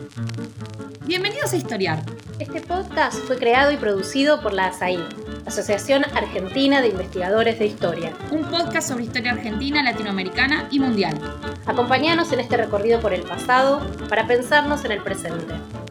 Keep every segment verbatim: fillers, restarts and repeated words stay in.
Bienvenidos a Historiar. Este podcast fue creado y producido por la ASAI, Asociación Argentina de Investigadores de Historia. Un podcast sobre historia argentina, latinoamericana y mundial. Acompáñanos en este recorrido por el pasado para pensarnos en el presente.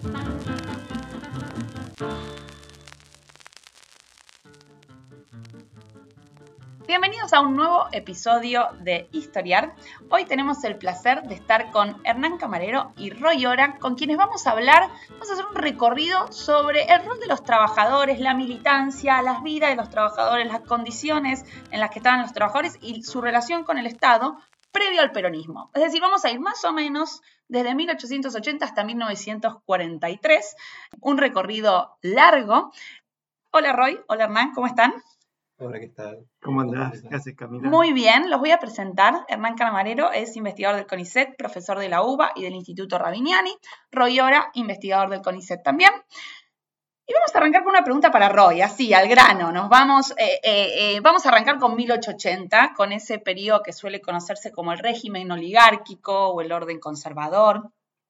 Bienvenidos a un nuevo episodio de Historiar. Hoy tenemos el placer de estar con Hernán Camarero y Roy Ora, con quienes vamos a hablar, vamos a hacer un recorrido sobre el rol de los trabajadores, la militancia, las vidas de los trabajadores, las condiciones en las que estaban los trabajadores y su relación con el Estado previo al peronismo. Es decir, vamos a ir más o menos desde mil ochocientos ochenta hasta mil novecientos cuarenta y tres, un recorrido largo. Hola Roy, hola Hernán, ¿cómo están? Hola, ¿qué tal? ¿Cómo andás? ¿Qué haces, Camila? Muy bien, los voy a presentar. Hernán Camarero es investigador del CONICET, profesor de la UBA y del Instituto Ravignani. Roy Ora, investigador del CONICET también. Y vamos a arrancar con una pregunta para Roy, así, al grano. Nos vamos, eh, eh, eh, vamos a arrancar con mil ochocientos ochenta, con ese periodo que suele conocerse como el régimen oligárquico o el orden conservador.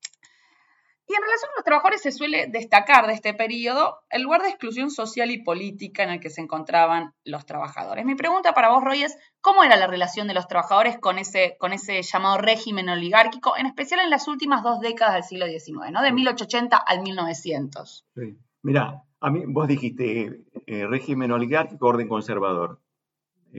Y en relación a los trabajadores se suele destacar de este periodo el lugar de exclusión social y política en el que se encontraban los trabajadores. Mi pregunta para vos, Roy, es ¿cómo era la relación de los trabajadores con ese, con ese llamado régimen oligárquico, en especial en las últimas dos décadas del siglo diecinueve, ¿no? De mil ochocientos ochenta al mil novecientos? Sí. Mirá, a mí, vos dijiste eh, régimen oligárquico, orden conservador. Eh,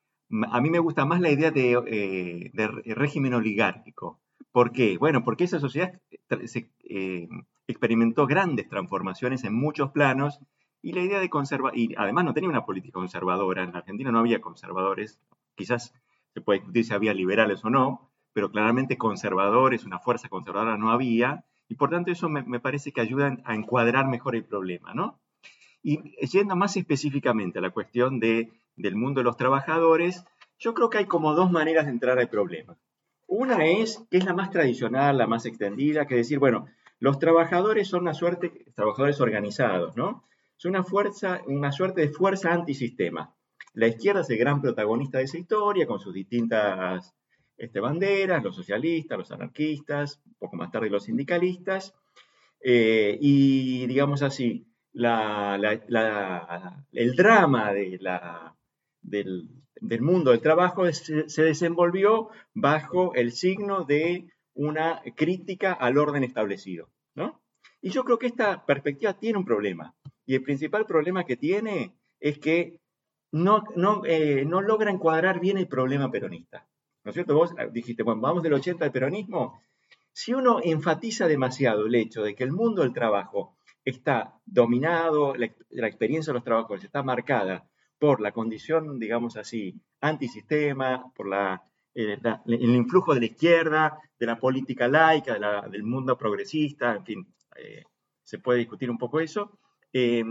a mí me gusta más la idea de, eh, de régimen oligárquico. ¿Por qué? Bueno, porque esa sociedad se, eh, experimentó grandes transformaciones en muchos planos y la idea de conservar, y además no tenía una política conservadora, en Argentina no había conservadores, quizás se puede discutir si había liberales o no, pero claramente conservadores, una fuerza conservadora no había, y por tanto eso me, me parece que ayuda a encuadrar mejor el problema, ¿no? Y yendo más específicamente a la cuestión de, del mundo de los trabajadores, yo creo que hay como dos maneras de entrar al problema. Una es, que es la más tradicional, la más extendida, que es decir, bueno, los trabajadores son una suerte, trabajadores organizados, ¿no? Es una fuerza, una suerte de fuerza antisistema. La izquierda es el gran protagonista de esa historia, con sus distintas este, banderas, los socialistas, los anarquistas, un poco más tarde los sindicalistas, eh, y digamos así, la, la, la, el drama de la, del del mundo del trabajo se, se desenvolvió bajo el signo de una crítica al orden establecido, ¿no? Y yo creo que esta perspectiva tiene un problema. Y el principal problema que tiene es que no, no, eh, no logra encuadrar bien el problema peronista. ¿No es cierto? Vos dijiste, bueno, vamos del ochenta al peronismo. Si uno enfatiza demasiado el hecho de que el mundo del trabajo está dominado, la, la experiencia de los trabajadores está marcada por la condición, digamos así, antisistema, por la, eh, la, el influjo de la izquierda, de la política laica, de la, del mundo progresista, en fin, eh, se puede discutir un poco eso. Eh,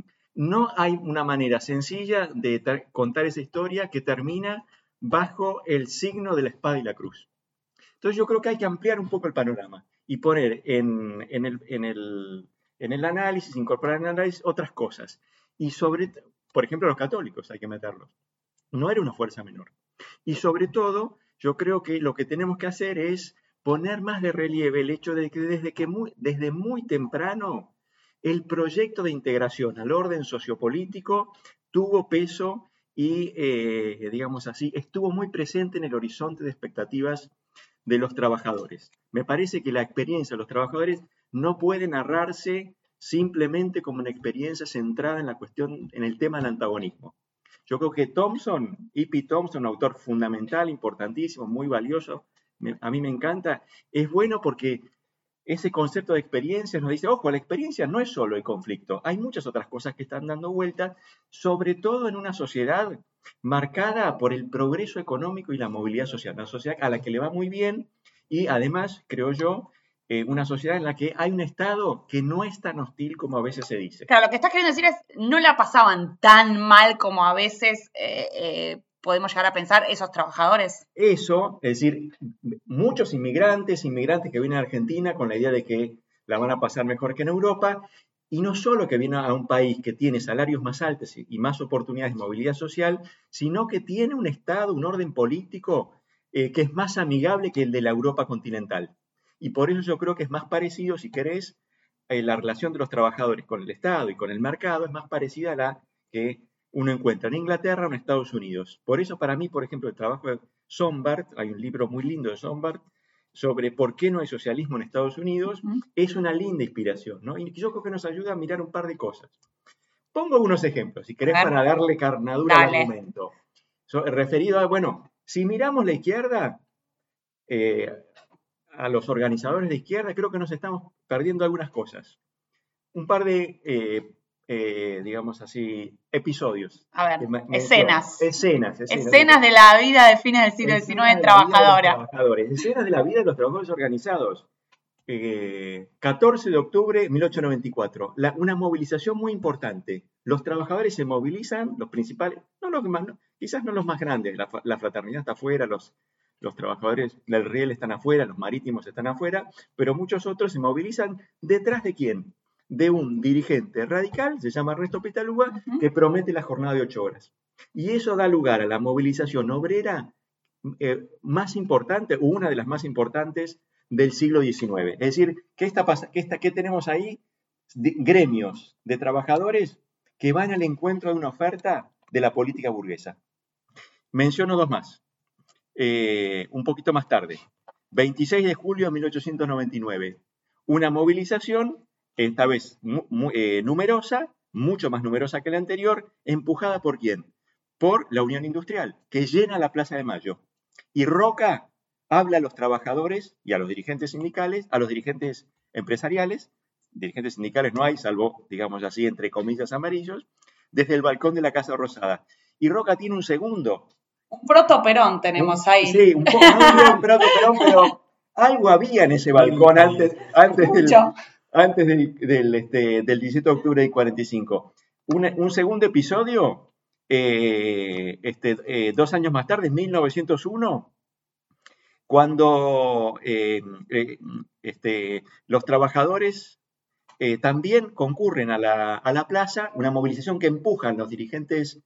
no hay una manera sencilla de ter- contar esa historia que termina bajo el signo de la espada y la cruz. Entonces yo creo que hay que ampliar un poco el panorama y poner en, en, el, en, el, en el análisis, incorporar en el análisis otras cosas. Y sobre por ejemplo, los católicos hay que meterlos. No era una fuerza menor. Y sobre todo, yo creo que lo que tenemos que hacer es poner más de relieve el hecho de que desde, que muy, desde muy temprano el proyecto de integración al orden sociopolítico tuvo peso y, eh, digamos así, estuvo muy presente en el horizonte de expectativas de los trabajadores. Me parece que la experiencia de los trabajadores no puede narrarse simplemente como una experiencia centrada en la cuestión, en el tema del antagonismo. Yo creo que Thompson, E P Thompson, un autor fundamental, importantísimo, muy valioso, me, a mí me encanta, es bueno porque ese concepto de experiencia nos dice, ojo, la experiencia no es solo el conflicto, hay muchas otras cosas que están dando vueltas, sobre todo en una sociedad marcada por el progreso económico y la movilidad social, una sociedad a la que le va muy bien y además, creo yo, Eh, una sociedad en la que hay un Estado que no es tan hostil como a veces se dice. Claro, lo que estás queriendo decir es no la pasaban tan mal como a veces eh, eh, podemos llegar a pensar esos trabajadores. Eso, es decir, muchos inmigrantes, inmigrantes que vienen a Argentina con la idea de que la van a pasar mejor que en Europa, y no solo que vienen a un país que tiene salarios más altos y más oportunidades de movilidad social, sino que tiene un Estado, un orden político eh, que es más amigable que el de la Europa continental. y por eso yo creo que es más parecido, si querés, eh, la relación de los trabajadores con el Estado y con el mercado es más parecida a la que uno encuentra en Inglaterra o en Estados Unidos. Por eso para mí, por ejemplo, el trabajo de Sombart, hay un libro muy lindo de Sombart sobre por qué no hay socialismo en Estados Unidos, uh-huh. es una linda inspiración, ¿no? Y yo creo que nos ayuda a mirar un par de cosas. Pongo unos ejemplos, si querés, para darle carnadura Dale. al argumento. So, referido a, bueno, si miramos la izquierda, eh, a los organizadores de izquierda, creo que nos estamos perdiendo algunas cosas. Un par de, eh, eh, digamos así, episodios. A ver, escenas. escenas. Escenas. Escenas de la vida de fines del siglo diecinueve trabajadora. De trabajadores. Escenas de la vida de los trabajadores organizados. Eh, catorce de octubre de mil ochocientos noventa y cuatro, la, una movilización muy importante. Los trabajadores se movilizan, los principales, no los más, no, quizás no los más grandes, la, la fraternidad está afuera, los, los trabajadores del riel están afuera, los marítimos están afuera, pero muchos otros se movilizan detrás de quién? De un dirigente radical, se llama Ernesto Pitalúa, uh-huh. que promete la jornada de ocho horas. Y eso da lugar a la movilización obrera eh, más importante, o una de las más importantes del siglo diecinueve. Es decir, ¿qué, está, qué, está, qué tenemos ahí? De, gremios de trabajadores que van al encuentro de una oferta de la política burguesa. Menciono dos más. Eh, un poquito más tarde. veintiséis de julio de mil ochocientos noventa y nueve. Una movilización, esta vez mu, mu, eh, numerosa, mucho más numerosa que la anterior, empujada ¿por quién? Por la Unión Industrial, que llena la Plaza de Mayo. Y Roca habla a los trabajadores y a los dirigentes sindicales, a los dirigentes empresariales, dirigentes sindicales no hay, salvo, digamos así, entre comillas amarillos, desde el balcón de la Casa Rosada. Y Roca tiene un segundo. Un proto-Perón tenemos un, ahí. Sí, un poco, no un proto-Perón, pero algo había en ese balcón antes, antes, del, antes del, del, este, del diecisiete de octubre del cuarenta y cinco. Un, un segundo episodio, eh, este, eh, dos años más tarde, en mil novecientos uno, cuando eh, eh, este, los trabajadores eh, también concurren a la, a la plaza, una movilización que empujan los dirigentes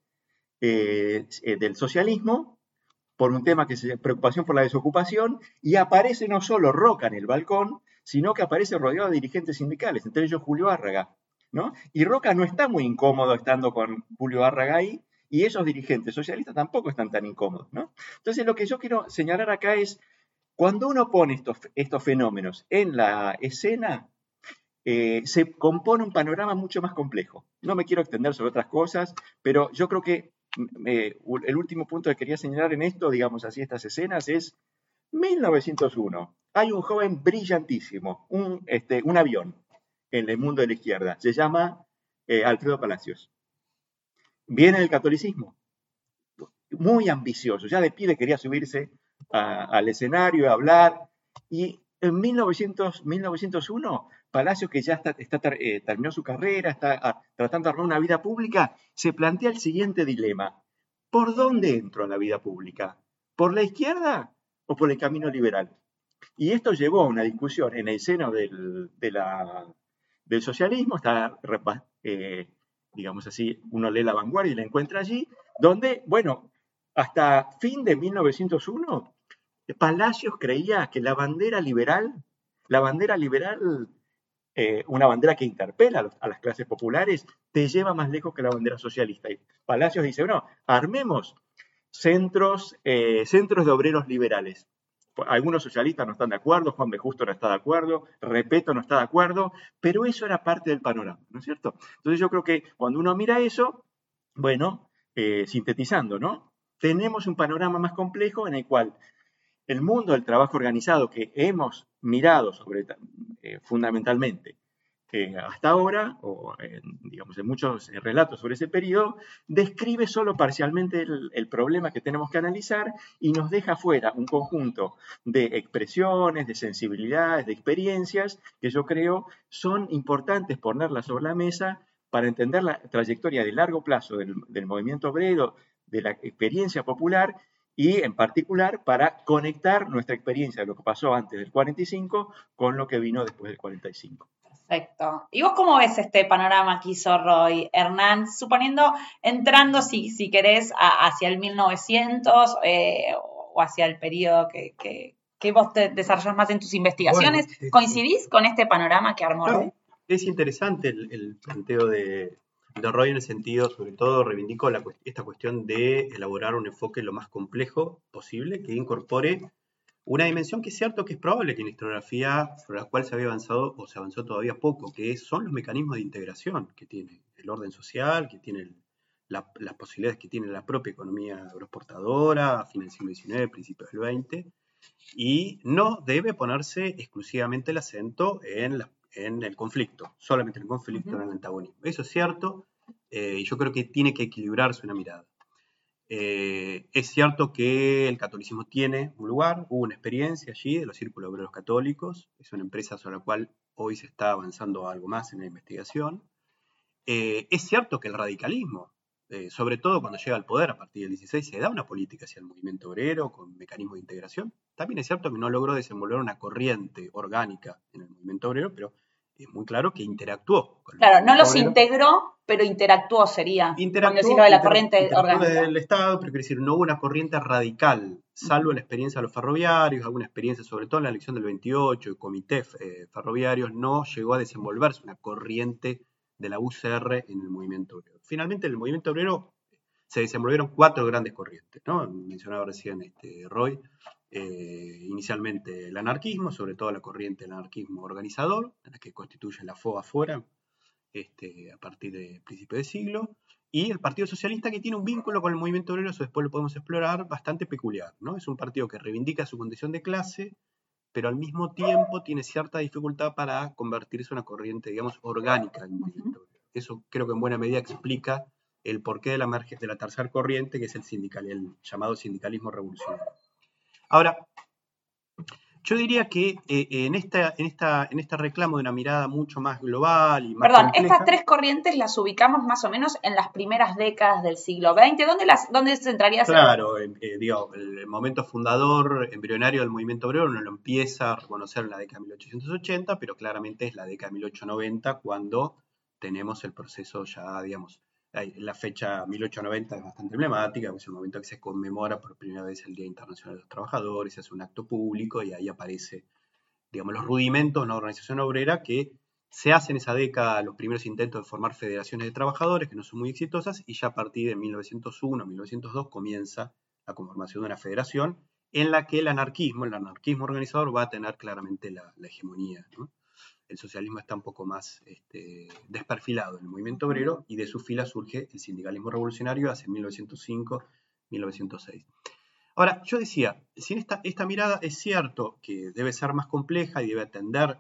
eh, eh, del socialismo por un tema que es preocupación por la desocupación, y aparece no solo Roca en el balcón, sino que aparece rodeado de dirigentes sindicales, entre ellos Julio Árraga, ¿no? Y Roca no está muy incómodo estando con Julio Árraga ahí, y esos dirigentes socialistas tampoco están tan incómodos, ¿no? Entonces, lo que yo quiero señalar acá es, cuando uno pone estos, estos fenómenos en la escena, eh, se compone un panorama mucho más complejo. No me quiero extender sobre otras cosas, pero yo creo que eh, el último punto que quería señalar en esto, digamos así, estas escenas, es mil novecientos uno. Hay un joven brillantísimo, un, este, un avión en el mundo de la izquierda. Se llama eh, Alfredo Palacios. Viene del catolicismo, muy ambicioso, ya de pie quería subirse a, al escenario, a hablar, y en mil novecientos, mil novecientos uno, Palacios, que ya está, está, eh, terminó su carrera, está a, tratando de armar una vida pública, se plantea el siguiente dilema: ¿por dónde entro a la vida pública? ¿Por la izquierda o por el camino liberal? Y esto llevó a una discusión en el seno del, de la, del socialismo, está eh, digamos así, uno lee La Vanguardia y la encuentra allí, donde, bueno, hasta fin de mil novecientos uno, Palacios creía que la bandera liberal, la bandera liberal, eh, una bandera que interpela a, los, a las clases populares, te lleva más lejos que la bandera socialista. Y Palacios dice, bueno, armemos centros, eh, centros de obreros liberales. Algunos socialistas no están de acuerdo, Juan B. Justo no está de acuerdo, Repetto no está de acuerdo, pero eso era parte del panorama, ¿no es cierto? Entonces yo creo que cuando uno mira eso, bueno, eh, sintetizando, ¿no? Tenemos un panorama más complejo en el cual el mundo del trabajo organizado que hemos mirado sobre, eh, fundamentalmente eh, hasta ahora, o eh, digamos en muchos relatos sobre ese periodo, describe solo parcialmente el, el problema que tenemos que analizar y nos deja fuera un conjunto de expresiones, de sensibilidades, de experiencias que yo creo son importantes ponerlas sobre la mesa para entender la trayectoria de largo plazo del, del movimiento obrero, de la experiencia popular, y en particular para conectar nuestra experiencia de lo que pasó antes del cuarenta y cinco con lo que vino después del cuarenta y cinco. Perfecto. ¿Y vos cómo ves este panorama que hizo Roy, Hernán? Suponiendo, entrando, si, si querés, a, hacia el mil novecientos eh, o hacia el periodo que, que, que vos te desarrollás más en tus investigaciones. Bueno, es, ¿Coincidís con este panorama que armó claro, Roy? es interesante el, el planteo de, de Roy en el sentido, sobre todo, reivindico la, esta cuestión de elaborar un enfoque lo más complejo posible que incorpore una dimensión que es cierto que es probable que en la historiografía sobre la cual se había avanzado o se avanzó todavía poco, que son los mecanismos de integración que tiene el orden social, que tiene el, la, las posibilidades que tiene la propia economía agroexportadora a fines del siglo diecinueve, principios del veinte, y no debe ponerse exclusivamente el acento en, la, en el conflicto, solamente en el conflicto, uh-huh. en el antagonismo. Eso es cierto, eh, y yo creo que tiene que equilibrarse una mirada. Eh, es cierto que el catolicismo tiene un lugar, hubo una experiencia allí de los círculos obreros católicos, es una empresa sobre la cual hoy se está avanzando algo más en la investigación. Eh, es cierto que el radicalismo, eh, sobre todo cuando llega al poder a partir del dieciséis, se da una política hacia el movimiento obrero con mecanismos de integración. También es cierto que no logró desenvolver una corriente orgánica en el movimiento obrero, pero es muy claro que interactuó con el Claro, no los obrero. integró, pero interactuó sería, Interactuó, cuando decís lo de la inter, corriente interactuó orgánica. desde el Estado, pero quiere decir, no hubo una corriente radical, salvo Uh-huh. la experiencia de los ferroviarios, alguna experiencia, sobre todo en la elección del veintiocho, el comité eh, ferroviarios, no llegó a desenvolverse una corriente de la U C R en el movimiento obrero. Finalmente, en el movimiento obrero se desenvolvieron cuatro grandes corrientes, ¿no? Mencionaba recién este, Roy, eh, inicialmente el anarquismo, sobre todo la corriente del anarquismo organizador, en la que constituye la F O A afuera, este, a partir del principio de siglo, y el Partido Socialista, que tiene un vínculo con el movimiento obrero, eso después lo podemos explorar, bastante peculiar, ¿no? Es un partido que reivindica su condición de clase, pero al mismo tiempo tiene cierta dificultad para convertirse en una corriente, digamos, orgánica del movimiento obrero. Eso creo que en buena medida explica el porqué de la, de la tercera corriente, que es el, sindical, el llamado sindicalismo revolucionario. Ahora, yo diría que eh, en, esta, en, esta, en este reclamo de una mirada mucho más global y más Perdón, compleja, estas tres corrientes las ubicamos más o menos en las primeras décadas del siglo veinte. ¿Dónde, las, dónde se centraría? Claro, eh, eh, digo, el momento fundador, embrionario del movimiento obrero, no lo empieza a reconocer en la década de mil ochocientos ochenta, pero claramente es la década de mil ochocientos noventa cuando tenemos el proceso ya, digamos, la fecha mil ochocientos noventa es bastante emblemática, es el momento que se conmemora por primera vez el Día Internacional de los Trabajadores, se hace un acto público y ahí aparece, digamos, los rudimentos de una organización obrera que se hace en esa década los primeros intentos de formar federaciones de trabajadores que no son muy exitosas y ya a partir de mil novecientos uno, mil novecientos dos comienza la conformación de una federación en la que el anarquismo, el anarquismo organizador va a tener claramente la, la hegemonía, ¿no? El socialismo está un poco más este, desperfilado en el movimiento obrero y de su fila surge el sindicalismo revolucionario hacia mil novecientos cinco, mil novecientos seis. Ahora, yo decía, si esta, esta mirada es cierto que debe ser más compleja y debe atender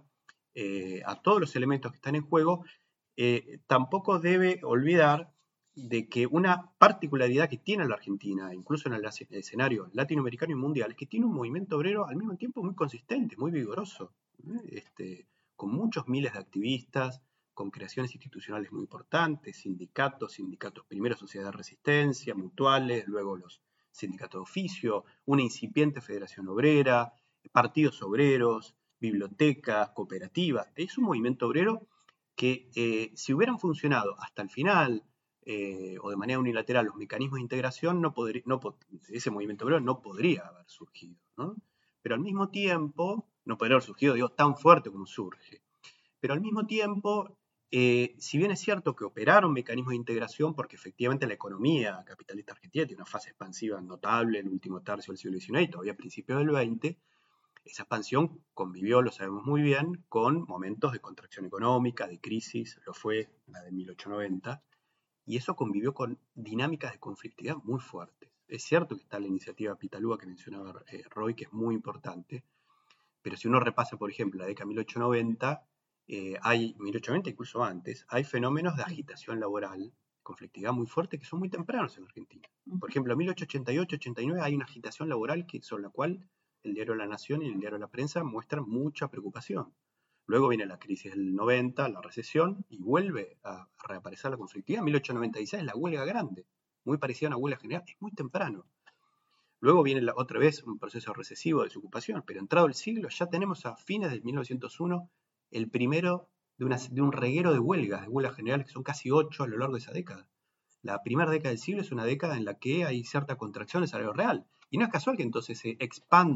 eh, a todos los elementos que están en juego, eh, tampoco debe olvidar de que una particularidad que tiene la Argentina, incluso en el escenario latinoamericano y mundial, es que tiene un movimiento obrero al mismo tiempo muy consistente, muy vigoroso, ¿eh? este, con muchos miles de activistas, con creaciones institucionales muy importantes, sindicatos, sindicatos primero sociedad de resistencia, mutuales, luego los sindicatos de oficio, una incipiente federación obrera, partidos obreros, bibliotecas, cooperativas. Es un movimiento obrero que eh, si hubieran funcionado hasta el final eh, o de manera unilateral los mecanismos de integración, no podría, no, ese movimiento obrero no podría haber surgido, ¿no? Pero al mismo tiempo, no podría haber surgido, digo, tan fuerte como surge. Pero al mismo tiempo, eh, si bien es cierto que operaron mecanismos de integración, porque efectivamente la economía capitalista argentina tiene una fase expansiva notable en el último tercio del siglo diecinueve y todavía a principios del veinte, esa expansión convivió, lo sabemos muy bien, con momentos de contracción económica, de crisis, lo fue la de mil ochocientos noventa, y eso convivió con dinámicas de conflictividad muy fuertes. Es cierto que está la iniciativa Pitalúa que mencionaba eh, Roy, que es muy importante, pero si uno repasa, por ejemplo, la década de mil ochocientos noventa, eh, hay, mil ochocientos noventa incluso antes, hay fenómenos de agitación laboral, conflictividad muy fuerte, que son muy tempranos en Argentina. Por ejemplo, en mil ochocientos ochenta y ocho ochenta y nueve hay una agitación laboral que, sobre la cual el diario La Nación y el diario La Prensa muestran mucha preocupación. Luego viene la crisis del noventa, la recesión, y vuelve a reaparecer la conflictividad. En mil ochocientos noventa y seis la huelga grande, muy parecida a una huelga general, es muy temprano. Luego viene la, otra vez un proceso recesivo de desocupación, pero entrado el siglo ya tenemos a fines de mil novecientos uno el primero de, una, de un reguero de huelgas, de huelgas generales, que son casi ocho a lo largo de esa década. La primera década del siglo es una década en la que hay cierta contracción del salario real. Y no es casual que entonces se expanda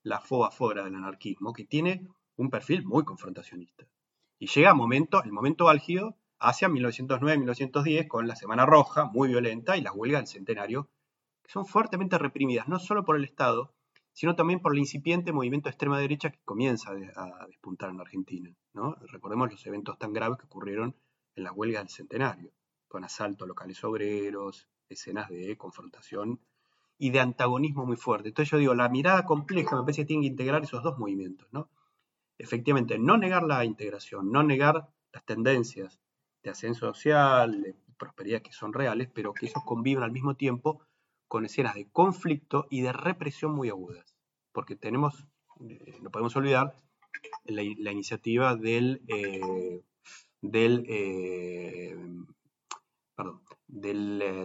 la foba fora del anarquismo, que tiene un perfil muy confrontacionista. Y llega momento, el momento álgido hacia mil novecientos nueve a mil novecientos diez, con la Semana Roja, muy violenta, y las huelgas del Centenario, que son fuertemente reprimidas, no solo por el Estado, sino también por el incipiente movimiento de extrema derecha que comienza a despuntar en Argentina, ¿no? Recordemos los eventos tan graves que ocurrieron en las huelgas del Centenario, con asalto a locales obreros, escenas de confrontación y de antagonismo muy fuerte. Entonces yo digo, la mirada compleja me parece que tiene que integrar esos dos movimientos, ¿no? Efectivamente, no negar la integración, no negar las tendencias de ascenso social, de prosperidad que son reales, pero que esos conviven al mismo tiempo con escenas de conflicto y de represión muy agudas. Porque tenemos, eh, no podemos olvidar, la, la iniciativa del, eh, del eh, perdón, de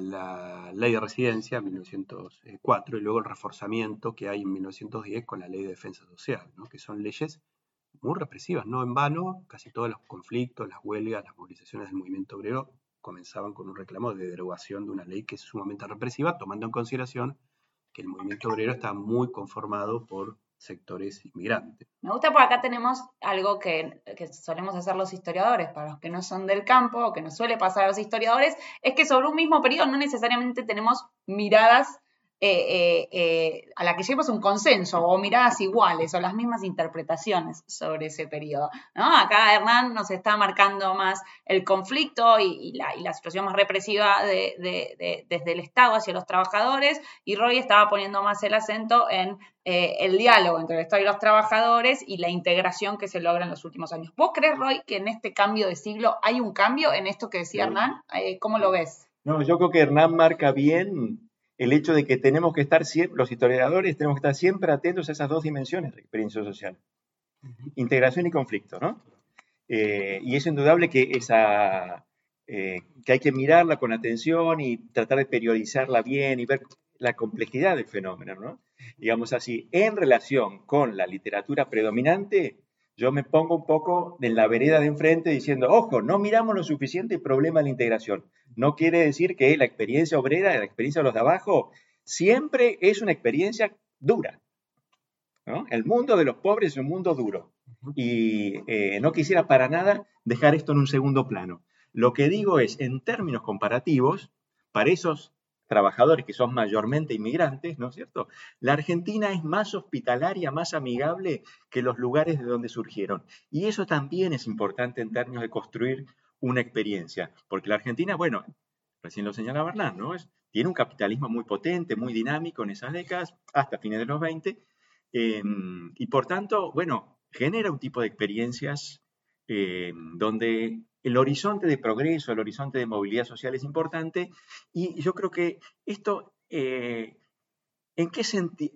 la ley de residencia en mil novecientos cuatro y luego el reforzamiento que hay en mil novecientos diez con la ley de defensa social, ¿no? Que son leyes muy represivas. No en vano, casi todos los conflictos, las huelgas, las movilizaciones del movimiento obrero comenzaban con un reclamo de derogación de una ley que es sumamente represiva, tomando en consideración que el movimiento obrero está muy conformado por sectores inmigrantes. Me gusta porque acá tenemos algo que, que solemos hacer los historiadores, para los que no son del campo, o que nos suele pasar a los historiadores, es que sobre un mismo periodo no necesariamente tenemos miradas eh, eh, eh, a la que lleguemos a un consenso, o miradas iguales, o las mismas interpretaciones sobre ese periodo, ¿no? Acá Hernán nos está marcando más el conflicto y, y, la, y la situación más represiva de, de, de, desde el Estado hacia los trabajadores, y Roy estaba poniendo más el acento en eh, el diálogo entre el Estado y los trabajadores y la integración que se logra en los últimos años. ¿Vos crees, Roy, que en este cambio de siglo hay un cambio en esto que decía sí. Hernán? Eh, ¿Cómo lo ves? No, yo creo que Hernán marca bien el hecho de que tenemos que estar siempre, los historiadores tenemos que estar siempre atentos a esas dos dimensiones de experiencia social. Uh-huh. Integración y conflicto, ¿no? Eh, y es indudable que, esa, eh, que hay que mirarla con atención y tratar de periodizarla bien y ver la complejidad del fenómeno, ¿no? Digamos así, en relación con la literatura predominante, yo me pongo un poco en la vereda de enfrente diciendo, ojo, no miramos lo suficiente el problema de la integración. No quiere decir que la experiencia obrera, la experiencia de los de abajo, siempre es una experiencia dura, ¿no? El mundo de los pobres es un mundo duro. Y eh, no quisiera para nada dejar esto en un segundo plano. Lo que digo es, en términos comparativos, para esos trabajadores que son mayormente inmigrantes, ¿no es cierto? La Argentina es más hospitalaria, más amigable que los lugares de donde surgieron. Y eso también es importante en términos de construir una experiencia. Porque la Argentina, bueno, recién lo señalaba Hernán, ¿no? Es, tiene un capitalismo muy potente, muy dinámico en esas décadas, hasta fines de los veinte. Eh, y por tanto, bueno, genera un tipo de experiencias eh, donde el horizonte de progreso, el horizonte de movilidad social es importante, y yo creo que esto, eh, ¿en qué sentido,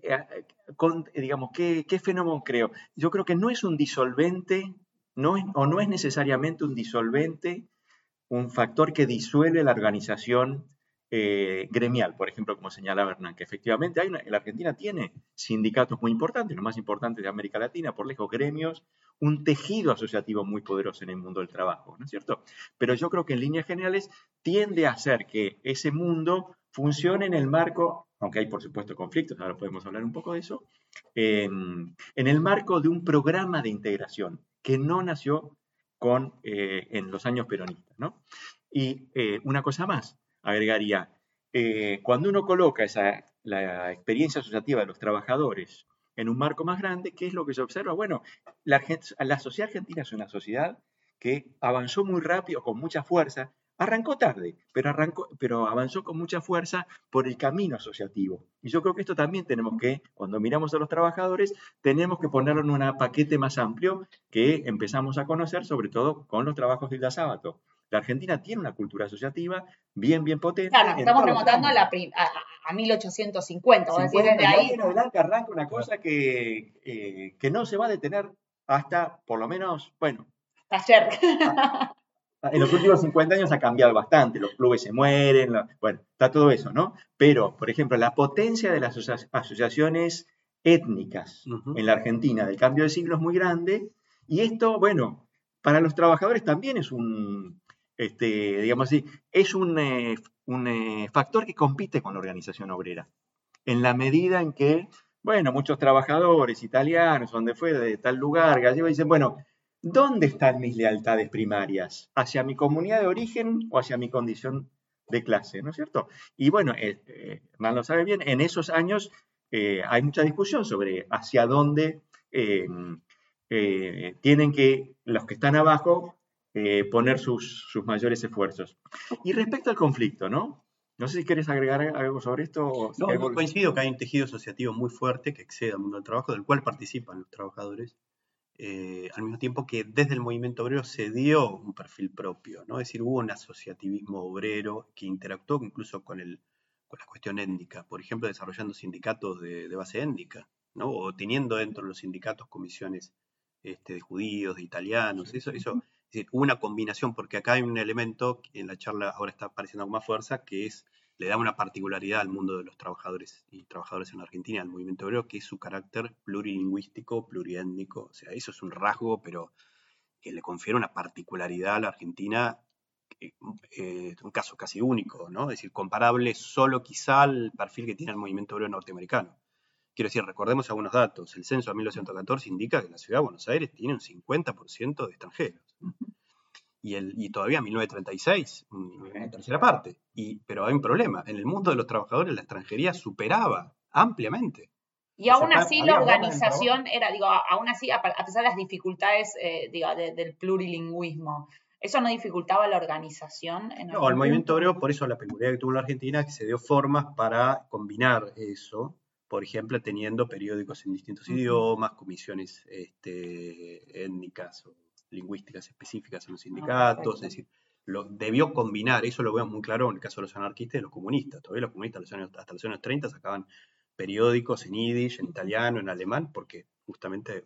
digamos, qué, qué fenómeno creo? Yo creo que no es un disolvente, no es, o no es necesariamente un disolvente, un factor que disuelve la organización eh, gremial, por ejemplo, como señalaba Hernán, que efectivamente hay una, la Argentina tiene sindicatos muy importantes, los más importantes de América Latina, por lejos, gremios, un tejido asociativo muy poderoso en el mundo del trabajo, ¿no es cierto? Pero yo creo que en líneas generales tiende a hacer que ese mundo funcione en el marco, aunque hay por supuesto conflictos, ahora podemos hablar un poco de eso, eh, en el marco de un programa de integración que no nació con, eh, en los años peronistas, ¿no? Y eh, una cosa más, agregaría, eh, cuando uno coloca esa, la experiencia asociativa de los trabajadores en un marco más grande, ¿qué es lo que se observa? Bueno, la, la sociedad argentina es una sociedad que avanzó muy rápido, con mucha fuerza, arrancó tarde, pero, arrancó, pero avanzó con mucha fuerza por el camino asociativo. Y yo creo que esto también tenemos que, cuando miramos a los trabajadores, tenemos que ponerlo en un paquete más amplio que empezamos a conocer, sobre todo con los trabajos de Hilda Sábato. La Argentina tiene una cultura asociativa bien, bien potente. Claro, estamos remontando a, la a, a mil ochocientos cincuenta, o decir, desde ahí. En adelante arranca una cosa que, eh, que no se va a detener hasta, por lo menos, bueno. Ayer. En los últimos cincuenta años ha cambiado bastante, los clubes se mueren, lo, bueno, está todo eso, ¿no? Pero, por ejemplo, la potencia de las asoci asociaciones étnicas uh-huh. en la Argentina del cambio de siglo es muy grande, y esto, bueno, para los trabajadores también es un, este, digamos así, es un, eh, un eh, factor que compite con la organización obrera, en la medida en que Bueno, muchos trabajadores italianos, donde fue, de tal lugar, gallegos, dicen, bueno, ¿dónde están mis lealtades primarias? ¿Hacia mi comunidad de origen o hacia mi condición de clase? ¿No es cierto? Y bueno, eh, eh, Hernán lo sabe bien, en esos años eh, hay mucha discusión sobre hacia dónde eh, eh, tienen que los que están abajo eh, poner sus, sus mayores esfuerzos. Y respecto al conflicto, ¿no? No sé si quieres agregar algo sobre esto. O si No, algo... no, coincido que hay un tejido asociativo muy fuerte que excede al mundo del trabajo, del cual participan los trabajadores, eh, al mismo tiempo que desde el movimiento obrero se dio un perfil propio, ¿no? Es decir, hubo un asociativismo obrero que interactuó incluso con, el, con la cuestión étnica, por ejemplo, desarrollando sindicatos de, de base étnica, ¿no? O teniendo dentro de los sindicatos comisiones este, de judíos, de italianos, eso, eso, es decir, hubo una combinación, porque acá hay un elemento que en la charla ahora está apareciendo con más fuerza, que es le da una particularidad al mundo de los trabajadores y trabajadoras en Argentina, al movimiento obrero, que es su carácter plurilingüístico, pluriétnico. O sea, eso es un rasgo, pero que le confiere una particularidad a la Argentina, eh, eh, un caso casi único, ¿no? Es decir, comparable solo quizá al perfil que tiene el movimiento obrero norteamericano. Quiero decir, recordemos algunos datos. El censo de mil novecientos catorce indica que la ciudad de Buenos Aires tiene un cincuenta por ciento de extranjeros. Y, el, y todavía en mil novecientos treinta y seis, una tercera parte. Y, pero hay un problema. En el mundo de los trabajadores la extranjería superaba ampliamente. Y O sea, aún así había la Roma en el trabajo. organización era, digo, aún así, a pesar de las dificultades eh, digo, de, del plurilingüismo, ¿eso no dificultaba la organización? En No, el algún movimiento punto? obrero, por eso la peculiaridad que tuvo la Argentina, es que se dio formas para combinar eso, por ejemplo, teniendo periódicos en distintos Ujú. idiomas, comisiones este, étnicas o lingüísticas específicas en los Ah, sindicatos, perfecto. es decir, lo, debió combinar, eso lo vemos muy claro en el caso de los anarquistas y los comunistas. Todavía los comunistas los años, hasta los años treinta sacaban periódicos en yiddish, en italiano, en alemán, porque justamente...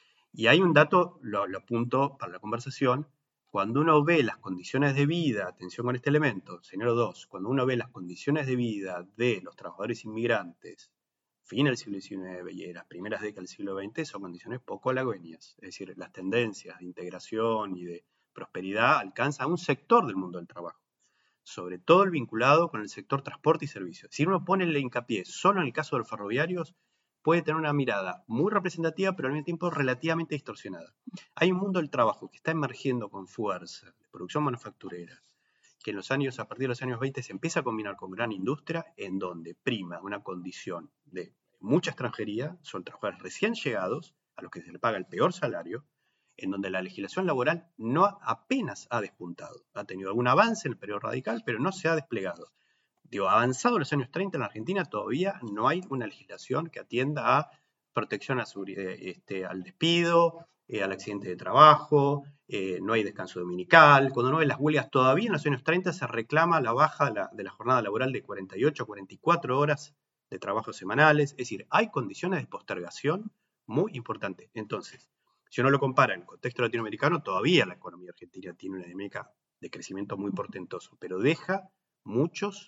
Y hay un dato, lo, lo apunto para la conversación, cuando uno ve las condiciones de vida, atención con este elemento, señor dos, cuando uno ve las condiciones de vida de los trabajadores inmigrantes, fin del siglo diecinueve y las primeras décadas del siglo veinte, son condiciones poco halagüeñas. Es decir, las tendencias de integración y de prosperidad alcanzan a un sector del mundo del trabajo, sobre todo el vinculado con el sector transporte y servicios. Si uno pone el hincapié solo en el caso de los ferroviarios, puede tener una mirada muy representativa, pero al mismo tiempo relativamente distorsionada. Hay un mundo del trabajo que está emergiendo con fuerza, de producción manufacturera, que en los años, a partir de los años veinte se empieza a combinar con gran industria, en donde prima una condición de mucha extranjería, son trabajadores recién llegados, a los que se les paga el peor salario, en donde la legislación laboral no apenas ha despuntado. Ha tenido algún avance en el periodo radical, pero no se ha desplegado. Digo, avanzado en los años treinta en la Argentina todavía no hay una legislación que atienda a protección a su, eh, este, al despido, eh, al accidente de trabajo, eh, no hay descanso dominical. Cuando uno ve las huelgas, todavía en los años treinta se reclama la baja de la, de la jornada laboral de cuarenta y ocho a cuarenta y cuatro horas de trabajo semanales. Es decir, hay condiciones de postergación muy importantes. Entonces, si uno lo compara en el contexto latinoamericano, todavía la economía argentina tiene una dinámica de crecimiento muy portentoso, pero deja muchos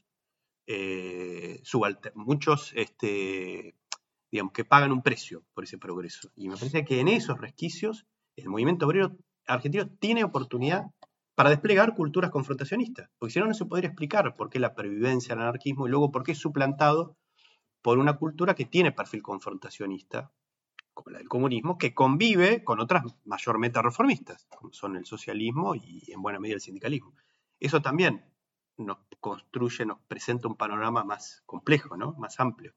eh, muchos este, digamos, que pagan un precio por ese progreso. Y me parece que en esos resquicios el movimiento obrero argentino tiene oportunidad para desplegar culturas confrontacionistas, porque si no, no se podría explicar por qué la pervivencia del anarquismo y luego por qué es suplantado por una cultura que tiene perfil confrontacionista, como la del comunismo, que convive con otras mayormente reformistas, como son el socialismo y en buena medida el sindicalismo. Eso también nos construye, nos presenta un panorama más complejo, ¿no? Más amplio.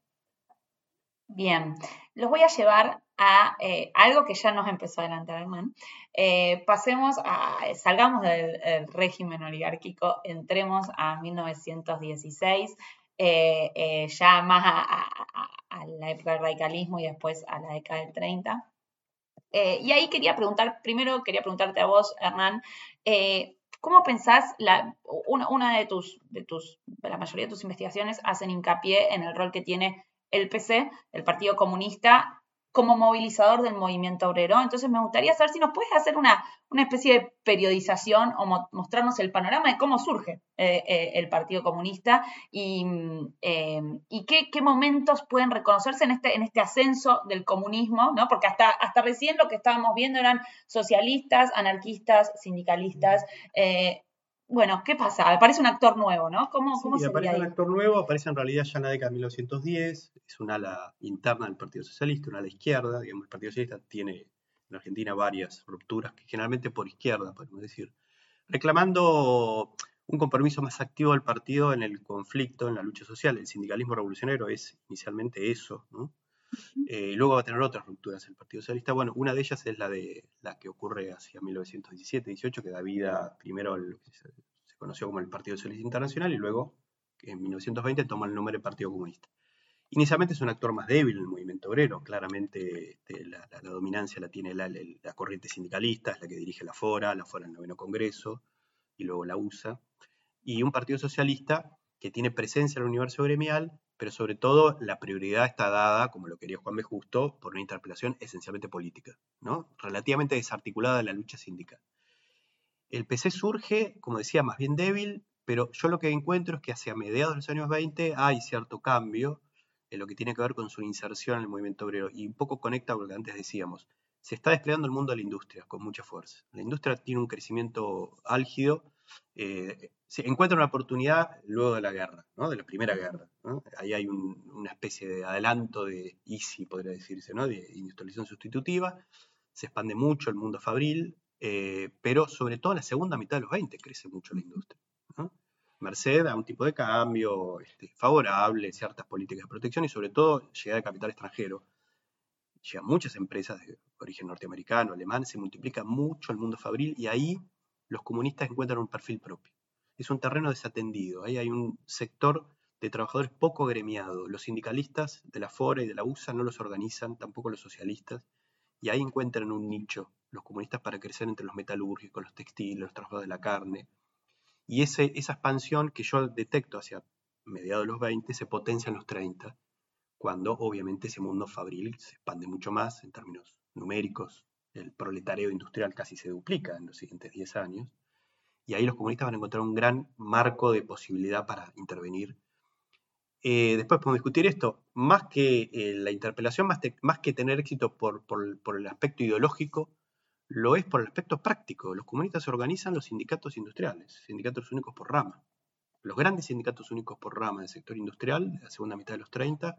Bien, los voy a llevar a eh, algo que ya nos empezó a adelantar Hernán. Eh, pasemos a, salgamos del, del régimen oligárquico, entremos a mil novecientos dieciséis, eh, eh, ya más a, a, a la época del radicalismo y después a la década del treinta. Eh, y ahí quería preguntar, primero quería preguntarte a vos, Hernán, eh, ¿cómo pensás, la, una, una de tus, de tus, la mayoría de tus investigaciones hacen hincapié en el rol que tiene el P C, el Partido Comunista, como movilizador del movimiento obrero? Entonces me gustaría saber si nos puedes hacer una, una especie de periodización o mo mostrarnos el panorama de cómo surge eh, eh, el Partido Comunista y, eh, y qué, qué momentos pueden reconocerse en este, en este ascenso del comunismo, ¿no? Porque hasta, hasta recién lo que estábamos viendo eran socialistas, anarquistas, sindicalistas. Eh, bueno, ¿qué pasa? Aparece un actor nuevo, ¿no? ¿Cómo, Sí, cómo sería aparece un ahí? actor nuevo, aparece en realidad ya en la década de mil novecientos diez, es un ala interna del Partido Socialista, una ala izquierda, digamos, el Partido Socialista tiene en Argentina varias rupturas, que generalmente por izquierda, podemos decir, reclamando un compromiso más activo del partido en el conflicto, en la lucha social. El sindicalismo revolucionario es inicialmente eso, ¿no? Eh, luego va a tener otras rupturas el Partido Socialista. Bueno, una de ellas es la de la que ocurre hacia mil novecientos diecisiete dieciocho, que da vida primero a lo que se, se conoció como el Partido Socialista Internacional y luego en mil novecientos veinte toma el nombre Partido Comunista. Inicialmente es un actor más débil en el movimiento obrero, claramente este, la, la, la, dominancia la tiene la, la, la corriente sindicalista, es la que dirige la FORA, la FORA el noveno Congreso y luego la U S A, y un Partido Socialista que tiene presencia en el universo gremial, pero sobre todo la prioridad está dada, como lo quería Juan B. Justo, por una interpelación esencialmente política, ¿no? Relativamente desarticulada de la lucha sindical. El P C surge, como decía, más bien débil, pero yo lo que encuentro es que hacia mediados de los años veinte hay cierto cambio en lo que tiene que ver con su inserción en el movimiento obrero, y un poco conecta con lo que antes decíamos. Se está desplegando el mundo de la industria con mucha fuerza. La industria tiene un crecimiento álgido, eh, se encuentra una oportunidad luego de la guerra, ¿no? De la primera guerra, ¿no? Ahí hay un, una especie de adelanto de easy, podría decirse, ¿no? De industrialización sustitutiva, se expande mucho el mundo fabril, eh, pero sobre todo en la segunda mitad de los veinte crece mucho la industria, ¿no? Merced a un tipo de cambio este, favorable, ciertas políticas de protección y sobre todo llegada de capital extranjero. Llegan muchas empresas de origen norteamericano, alemán, se multiplica mucho el mundo fabril y ahí los comunistas encuentran un perfil propio. Es un terreno desatendido, ahí hay un sector de trabajadores poco gremiado. Los sindicalistas de la FORA y de la U S A no los organizan, tampoco los socialistas, y ahí encuentran un nicho los comunistas para crecer entre los metalúrgicos, los textiles, los trabajadores de la carne. Y ese, esa expansión que yo detecto hacia mediados de los veinte se potencia en los treinta, cuando obviamente ese mundo fabril se expande mucho más en términos numéricos. El proletariado industrial casi se duplica en los siguientes diez años. Y ahí los comunistas van a encontrar un gran marco de posibilidad para intervenir. Eh, después podemos discutir esto. Más que eh, la interpelación, más, te, más que tener éxito por, por, por el aspecto ideológico, lo es por el aspecto práctico. Los comunistas organizan los sindicatos industriales, sindicatos únicos por rama. Los grandes sindicatos únicos por rama del sector industrial, de la segunda mitad de los treinta,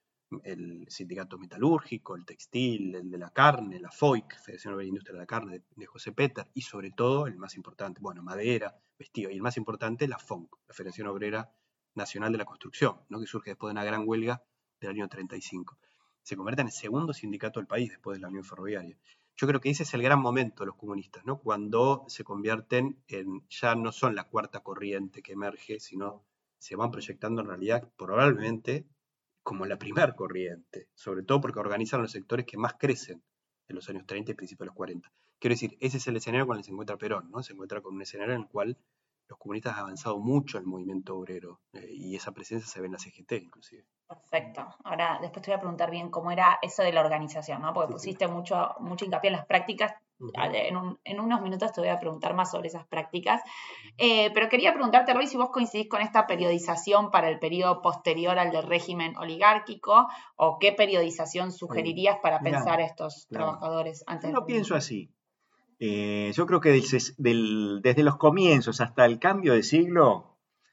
el sindicato metalúrgico, el textil, el de la carne, la F O I C, Federación Obrera Industria de la Carne, de, de José Peter, y sobre todo, el más importante, bueno, madera, vestido, y el más importante, la F O N C, la Federación Obrera Nacional de la Construcción, ¿no? Que surge después de una gran huelga del año treinta y cinco. Se convierte en el segundo sindicato del país después de la Unión Ferroviaria. Yo creo que ese es el gran momento de los comunistas, ¿no? Cuando se convierten en, ya no son la cuarta corriente que emerge, sino se van proyectando en realidad probablemente como la primer corriente, sobre todo porque organizan los sectores que más crecen en los años treinta y principios de los cuarenta. Quiero decir, ese es el escenario con el que se encuentra Perón, ¿no? Se encuentra con un escenario en el cual los comunistas han avanzado mucho en el movimiento obrero eh, y esa presencia se ve en la C G T inclusive. Perfecto. Ahora después te voy a preguntar bien cómo era eso de la organización, ¿no? Porque sí, pusiste sí. mucho, mucho hincapié en las prácticas. Uh-huh. En, un, en unos minutos te voy a preguntar más sobre esas prácticas. Eh, pero quería preguntarte, Roy, si vos coincidís con esta periodización para el periodo posterior al del régimen oligárquico, o qué periodización sugerirías para Mirá, pensar a estos claro. trabajadores antes. Yo no pienso así. Eh, yo creo que del, del, desde los comienzos hasta el cambio de siglo,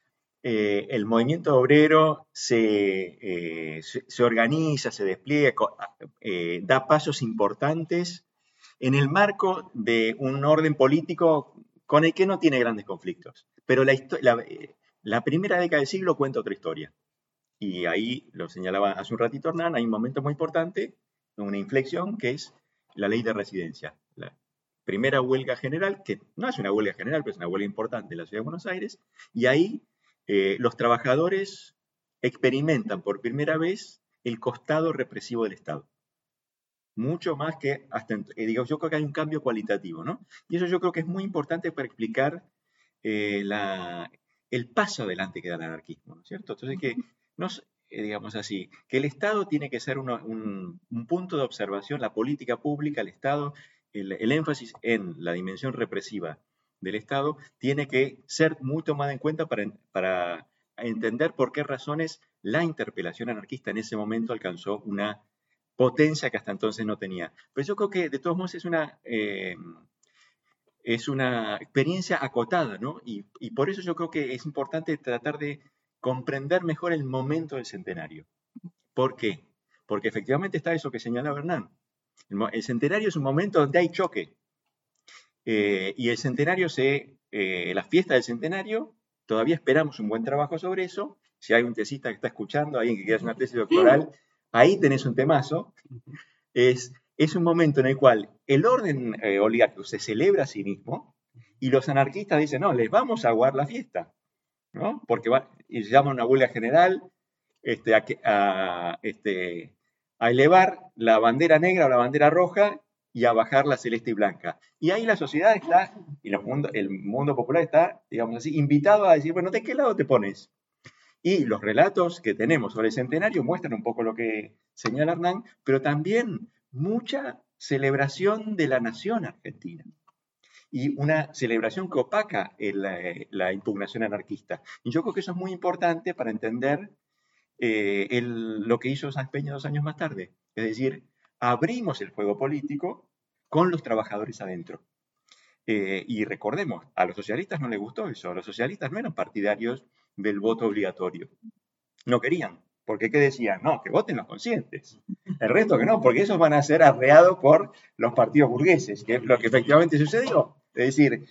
eh, el movimiento obrero se, eh, se, se organiza, se despliega, eh, da pasos importantes en el marco de un orden político con el que no tiene grandes conflictos. Pero la, la, la primera década del siglo cuenta otra historia. Y ahí, lo señalaba hace un ratito Hernán, hay un momento muy importante, una inflexión, que es la ley de residencia. La primera huelga general, que no es una huelga general, pero es una huelga importante en la ciudad de Buenos Aires, y ahí eh, los trabajadores experimentan por primera vez el costado represivo del Estado. Mucho más que hasta, eh, digo, yo creo que hay un cambio cualitativo, ¿no? Y eso yo creo que es muy importante para explicar eh, la, el paso adelante que da el anarquismo, ¿no es cierto? Entonces, que, no, eh, digamos así, que el Estado tiene que ser uno, un, un punto de observación, la política pública, el Estado, el, el énfasis en la dimensión represiva del Estado, tiene que ser muy tomada en cuenta para, para entender por qué razones la interpelación anarquista en ese momento alcanzó una potencia que hasta entonces no tenía. Pero yo creo que de todos modos es una, eh, es una experiencia acotada, ¿no? Y, y por eso yo creo que es importante tratar de comprender mejor el momento del centenario. ¿Por qué? Porque efectivamente está eso que señalaba Hernán. El, el centenario es un momento donde hay choque. Eh, y el centenario se, eh, la fiesta del centenario, todavía esperamos un buen trabajo sobre eso. Si hay un tesista que está escuchando, alguien que quiera hacer una tesis doctoral, ahí tenés un temazo. Es, es un momento en el cual el orden eh, oligárquico se celebra a sí mismo y los anarquistas dicen, no, les vamos a aguar la fiesta, ¿no? Porque va, y se llama una huelga general este, a, a, este, a elevar la bandera negra o la bandera roja y a bajar la celeste y blanca. Y ahí la sociedad está, y el mundo, el mundo popular está, digamos así, invitado a decir, bueno, ¿de qué lado te pones? Y los relatos que tenemos sobre el centenario muestran un poco lo que señala Hernán, pero también mucha celebración de la nación argentina. Y una celebración que opaca la, la impugnación anarquista. Y yo creo que eso es muy importante para entender eh, el, lo que hizo Sáenz Peña dos años más tarde. Es decir, abrimos el juego político con los trabajadores adentro. Eh, y recordemos, a los socialistas no les gustó eso. Los socialistas no eran partidarios del voto obligatorio. No querían. Porque ¿qué decían? No, que voten los conscientes. El resto que no, porque esos van a ser arreados por los partidos burgueses, que es lo que efectivamente sucedió. Es decir,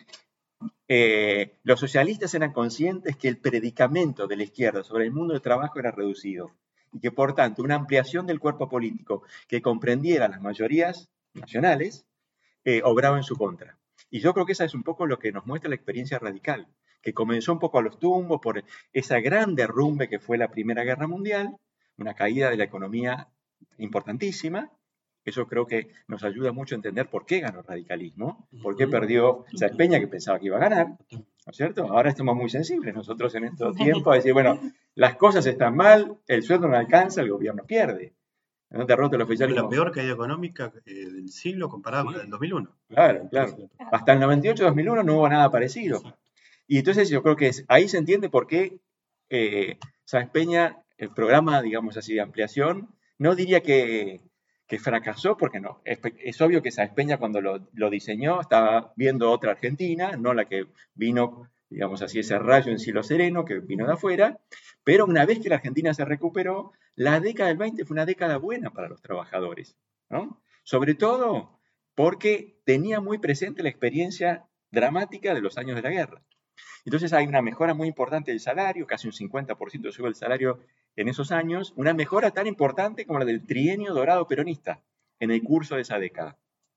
eh, los socialistas eran conscientes que el predicamento de la izquierda sobre el mundo del trabajo era reducido y que, por tanto, una ampliación del cuerpo político que comprendiera las mayorías nacionales eh, obraba en su contra. Y yo creo que esa es un poco lo que nos muestra la experiencia radical, que comenzó un poco a los tumbos por esa gran derrumbe que fue la Primera Guerra Mundial, una caída de la economía importantísima. Eso creo que nos ayuda mucho a entender por qué ganó el radicalismo, por qué perdió Sáenz Peña, que pensaba que iba a ganar, ¿no es cierto? Ahora estamos muy sensibles nosotros en estos tiempos a decir, bueno, las cosas están mal, el sueldo no alcanza, el gobierno pierde. ¿No? Derrota el oficialismo. La peor caída económica eh, del siglo comparada con la del dos mil uno. Claro, claro. Hasta el noventa y ocho dos mil uno no hubo nada parecido. Y entonces yo creo que es, ahí se entiende por qué eh, Sáenz Peña, el programa, digamos así, de ampliación, no diría que, que fracasó, porque no. Es, es obvio que Sáenz Peña cuando lo, lo diseñó estaba viendo otra Argentina, no la que vino, digamos así, ese rayo en cielo sereno que vino de afuera. Pero una vez que la Argentina se recuperó, la década del veinte fue una década buena para los trabajadores, ¿no? Sobre todo porque tenía muy presente la experiencia dramática de los años de la guerra. Entonces hay una mejora muy importante del salario, casi un cincuenta por ciento sube el salario en esos años, una mejora tan importante como la del trienio dorado peronista en el curso de esa década.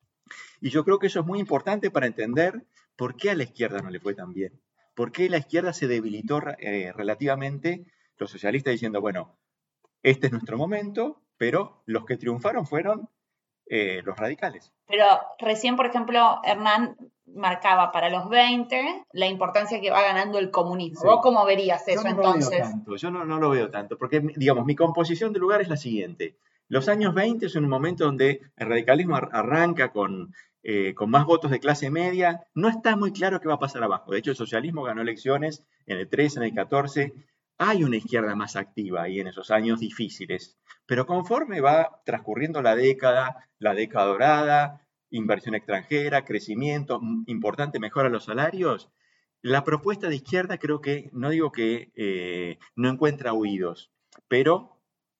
Y yo creo que eso es muy importante para entender por qué a la izquierda no le fue tan bien. ¿Por qué la izquierda se debilitó eh, relativamente? Los socialistas diciendo, bueno, este es nuestro momento, pero los que triunfaron fueron eh, los radicales. Pero recién, por ejemplo, Hernán marcaba para los veinte la importancia que va ganando el comunismo. Sí. ¿Vos cómo verías eso Yo no entonces? Lo veo tanto. Yo no, no lo veo tanto, porque, digamos, mi composición de lugar es la siguiente. Los años veinte son un momento donde el radicalismo arranca con... Eh, con más votos de clase media, no está muy claro qué va a pasar abajo. De hecho, el socialismo ganó elecciones en el trece, en el catorce. Hay una izquierda más activa ahí en esos años difíciles. Pero conforme va transcurriendo la década, la década dorada, inversión extranjera, crecimiento, importante mejora en los salarios, la propuesta de izquierda creo que, no digo que eh, no encuentra oídos, pero